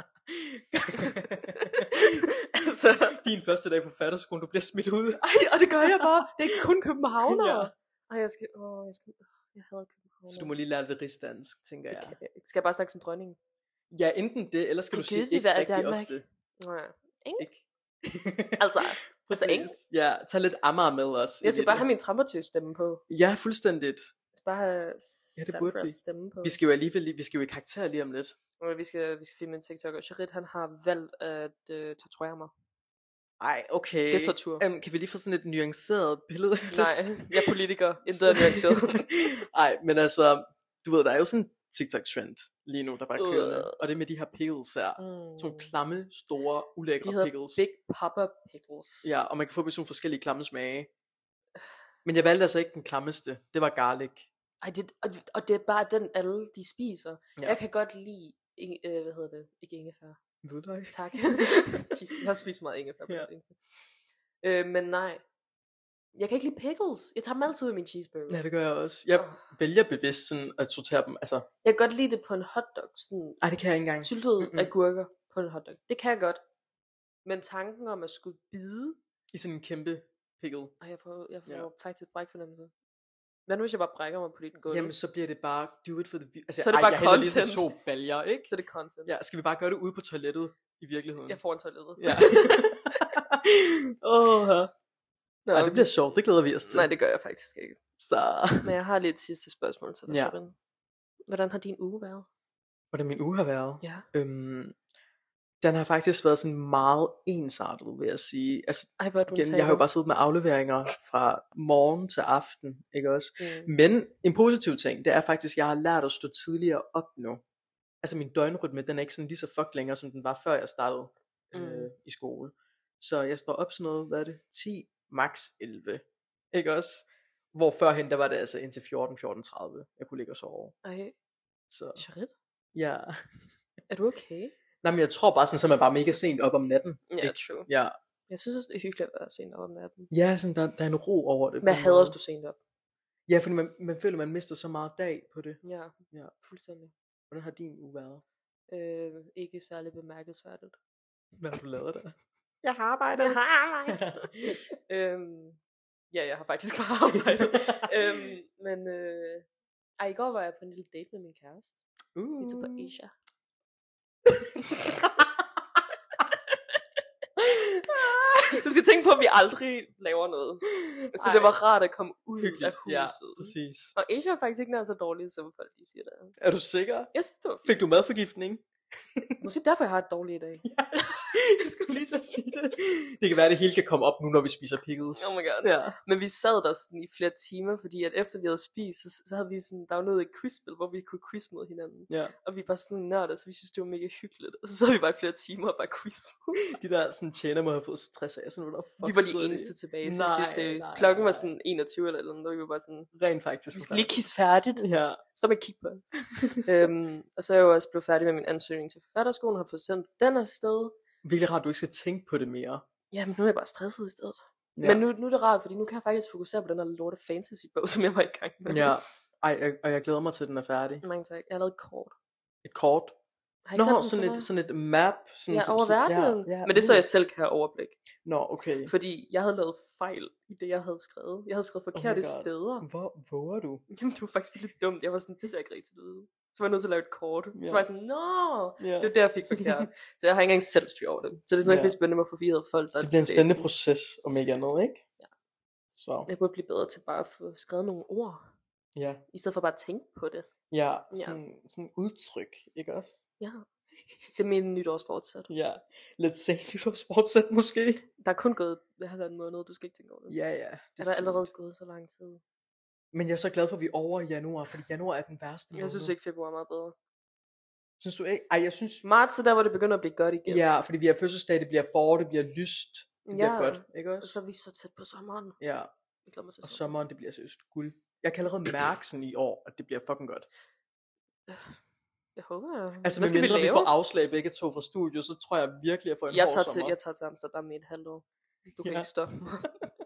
altså, Din første dag på fatterskolen, du bliver smidt ud. ej, og det gør jeg bare. Det er ikke kun københavnere. Ja. Ej, jeg skal, åh, jeg skal, jeg hader københavnere. Så du må lige lære det rigsdansk, tænker jeg. Okay. Skal jeg bare snakke som dronning? Ja, enten det, eller skal Ej, du sige gud, vi ikke var i rigtig Danmark. ofte. Nå ja. Ingen? Ikke? Altså, altså ingen. Præcis. Ja, tag lidt Amager med os. Jeg skal bare have min trampertøs stemme på. Ja, fuldstændigt. Jeg skal bare have Ja, det burde Sandras vi. stemme på. Vi skal jo alligevel lige, vi skal jo i karakter lige om lidt. Og vi skal, vi skal filme en TikTok, og Charit, han har valgt at øh, torturere mig. Ej, okay. Det er tortur. Um, kan vi lige få sådan et nuanceret billede? af det? Nej, jeg er politiker. Intet er nuanceret. Ej, men altså, du ved, der er jo sådan en TikTok-trend lige nu, der bare Øh. kører. Og det med de her pickles her. Mm. Sådan nogle klamme, store, ulækre De hedder pickles. Big Papa Pickles. Ja, og man kan få dem i sådan forskellige klamme smage. Men jeg valgte altså ikke den klammeste. Det var garlic. Ej, det, og, og det er bare den, alle de spiser. Ja. Jeg kan godt lide, ing- øh, hvad hedder det, ikke ingefær. Ved du ikke? Tak. Jesus, jeg har spist meget ingefær på Ja. det seneste. Øh, men nej. Jeg kan ikke lide pickles. Jeg tager dem altid ud i min cheeseburger. Ja, det gør jeg også. Jeg Åh. vælger bevidst sådan at sortere dem. Altså, Jeg kan godt lide det på en hotdog. Sådan ej, det kan jeg ikke engang. syltede Mm-mm. agurker på en hotdog. Det kan jeg godt. Men tanken om at skulle bide, I sådan en kæmpe pickle. og jeg får, jeg får Ja. faktisk brækfornemmelse. Hvad nu hvis jeg bare brækker mig på dit gulv? Jamen, så bliver det bare do it for the view. Altså, Så er det ej, bare jeg hælder lige sådan content. to baljer, ikke? Så er det content. Ja, skal vi bare gøre det ude på toilettet i virkeligheden? Jeg får en toilettet. Ja. Åh, oh, Nå, ja. Det bliver sjovt, det glæder vi os til. Nej, det gør jeg faktisk ikke. Så, Men jeg har lige et sidste spørgsmål til dig, Ja. Sharon. Hvordan har din uge været? hvordan min uge har været? Ja. Øhm, den har faktisk været sådan meget ensartet, vil jeg sige. Altså, Ej, hvor er du en igen, jeg har jo taber. bare siddet med afleveringer fra morgen til aften, ikke også? Mm. Men en positiv ting, det er faktisk, at jeg har lært at stå tidligere op nu. Altså min døgnrytme, den er ikke sådan lige så fucked længere, som den var før jeg startede øh, Mm. i skole. Så jeg står op sådan noget, hvad er det? ti, max elleve. Ikke også? Hvor førhen, der var det altså indtil fjorten, fjorten tredive, jeg kunne ligge og sove. Ej, Så Charit, ja. er du okay? Nej, men jeg tror bare sådan, så er man bare mega sent op om natten. Ja, ikke? true. Ja. Jeg synes også, det er hyggeligt at være sent op om natten. Ja, sådan, der, der er en ro over det. på Hvad en hader måde. du sent op? Ja, fordi man, man føler, man mister så meget dag på det. Ja, Ja. fuldstændig. Hvordan har din uge været? Øh, ikke særlig bemærkelsesværdigt. Hvad har du lavet der? Jeg har arbejdet. Jeg har arbejdet. øhm, ja, jeg har faktisk bare arbejdet. øhm, men øh, ej, i går var jeg på en lille date med min kæreste. Uh. Vi tog på Asia. Du skal tænke på, at vi aldrig laver noget. Så Ej. Det var rart at komme ud Hyggeligt. Af huset. Ja, præcis. Og Asia er faktisk ikke nær så dårligt, som folk de siger der. Er du sikker? Jeg synes, det var Fik du madforgiftning? Måske derfor, jeg har et dårligt i dag. Ja, jeg skulle lige til at sige det. Det kan være, at det hele kan komme op nu, når vi spiser pickles. Oh my god. Ja. Men vi sad der sådan i flere timer, fordi at efter vi havde spist, så, så havde vi sådan downloadet et quizspil, hvor vi kunne quiz mod hinanden. Ja. Og vi var sådan nørder, så vi synes, det var mega hyggeligt. Og så sad vi bare i flere timer og bare quiz. De der sådan tjener må have fået stress af. Sådan, der vi var de eneste tilbage, så nej, seriøst. Nej, Klokken var sådan enogtyve eller eller noget, vi var bare sådan... Rent faktisk. Vi skal lige quizze færdigt. Ja. Stop med at kigge på os. øhm, og så er jeg jo også blevet færdig med min ansøgning til forfatterskolen, har fået sendt den afsted. Virkelig rart, du ikke skal tænke på det mere. Ja, men nu er jeg bare stresset i stedet. Ja. Men nu, nu er det rart, fordi nu kan jeg faktisk fokusere på den der lorte fantasy-bog, som jeg var i gang med. Ja, ej, jeg, og jeg glæder mig til, at den er færdig. Mange tak. Jeg har lavet et kort. Et kort? Nå, sådan et, sådan et map. Sådan, ja, som, over verdenen. Ja, ja, men det er så, jeg selv kan have overblik. Nå, okay. Fordi jeg havde lavet fejl i det, jeg havde skrevet. Jeg havde skrevet forkerte oh steder. Hvor våger du? Jamen, det var faktisk virkelig dumt. Jeg var sådan, det ser ikke rigtigt ud. Så var jeg nødt til at lave et kort. Ja. Så var jeg sådan, nå, ja. Det var der, jeg fik forkert. Så jeg har ikke engang selv styr over det. Så det er sådan, ja. Ikke spændende med at forvirre folk. Det bliver en spændende proces, om ikke andet, ikke? Ja. Så. Jeg burde blive bedre til bare at få skrevet nogle ord. Ja. I stedet for bare at tænke på det. Ja, sådan, ja. Sådan udtryk, ikke også? Ja. Det er min nytårsfortsæt. Ja, let's say nytårsfortsæt måske. Der er kun gået halvanden måned, du skal ikke tænke over det. Ja, ja. Det er der allerede gået så lang tid. Men jeg er så glad for, at vi er over i januar, fordi januar er den værste måned. Jeg synes ikke, februar er meget bedre. Synes du ikke? Ej, jeg synes... Marts er der, hvor det begynder at blive godt igen. Ja, fordi vi har fødselsdag, det bliver forår, det bliver lyst, det ja. bliver godt, ikke også? Og så er vi så tæt på sommeren. Ja, jeg glæder mig til og sommeren, det bliver seriøst guld. Jeg kan allerede mærke sådan i år, at det bliver fucking godt. Jeg håber jeg. Altså, med mindre vi, vi får afslag begge to fra studiet, så tror jeg virkelig, at jeg får en jeg hård tager sommer. Til, jeg tager til Amsterdam i et halvt år. Du kan ja. Ikke stoppe mig.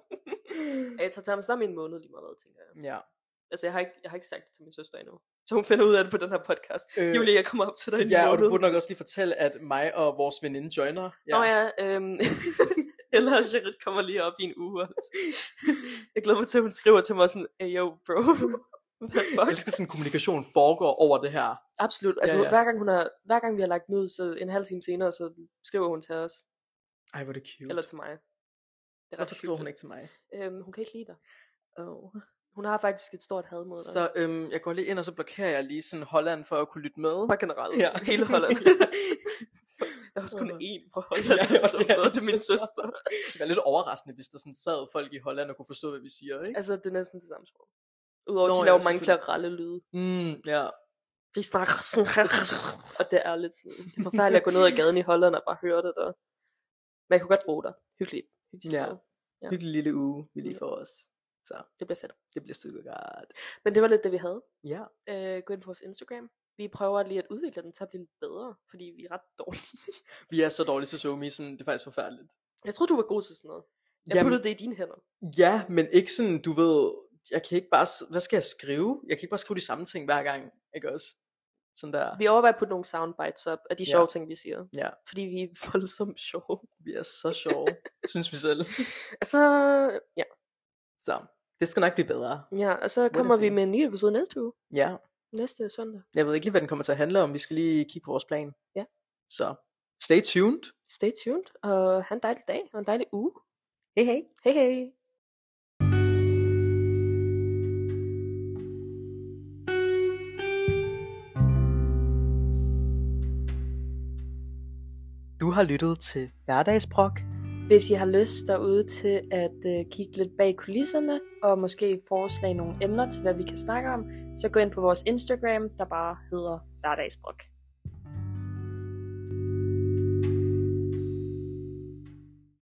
Jeg tager til Amsterdam i en måned lige meget, tænker jeg. Ja. Altså, jeg har, ikke, jeg har ikke sagt det til min søster endnu. Så hun finder ud af det på den her podcast. Øh, Julie, jeg kommer op til dig i ja, måned. Og du burde nok også lige fortælle, at mig og vores veninde joiner. Ja. Nå ja, øhm... Eller Sherit kommer lige op i en uge også. Jeg glæder mig til, at hun skriver til mig sådan, hey yo, bro. Jeg elsker sådan, kommunikation foregår over det her. Absolut. Altså, ja, ja. Hver, gang hun har, hver gang vi har lagt den ud, så en halv time senere, så skriver hun til os. Ej, hvor er det cute. Eller til mig. Det er Hvorfor skriver hun ikke til mig? Øhm, hun kan ikke lide dig. Oh. Hun har faktisk et stort had mod dig. Så øhm, jeg går lige ind, og så blokerer jeg lige sådan Holland for at kunne lytte med. Bare generelt. Ja. Hele Holland. Der var kun én fra Holland, ja, og det, er, det er min søster. Det var lidt overraskende, hvis der sådan sad folk i Holland og kunne forstå, hvad vi siger, ikke? Altså, det er næsten det samme sprog. Udover, Nå, de laver mange flere ralle lyde. Mm, ja. De snakker sådan, og det er lidt sådan, det er forfærdeligt at gå ned ad gaden i Holland og bare høre det der. Men jeg kunne godt bruge dig. Hyggeligt. Hyggeligt. Ja. Ja. Hyggelig lille uge, vi lige får os. Så det bliver fedt. Det bliver super godt. Men det var lidt det, vi havde. Ja. Øh, gå ind på vores Instagram. Vi prøver lige at udvikle den til at blive lidt bedre, fordi vi er ret dårlige. Vi er så dårlige til SoMe, sådan, det er faktisk forfærdeligt. Jeg tror du var god til sådan noget. Jeg Jamen, puttede det i dine hænder. Ja, men ikke sådan, du ved, jeg kan ikke bare, hvad skal jeg skrive? Jeg kan ikke bare skrive de samme ting hver gang, ikke også? Sådan der. Vi overvejer at putte nogle soundbites op af de sjove ja. ting, vi siger. Ja. Fordi vi er voldsomt sjove. Vi er så sjove, synes vi selv. Altså, ja. Så, det skal nok blive bedre. Ja, og så kommer vi med en ny episode næste uge. Ja. Næste søndag. Jeg ved ikke lige, hvad den kommer til at handle om. Vi skal lige kigge på vores plan. Ja. Så, stay tuned. Stay tuned, og have en dejlig dag, og en dejlig uge. Hej hej. Hej hej. Du har lyttet til Hverdagsbrok. Hvis I har lyst derude til at uh, kigge lidt bag kulisserne, og måske foreslage nogle emner til, hvad vi kan snakke om, så gå ind på vores Instagram, der bare hedder Hverdagsbrok.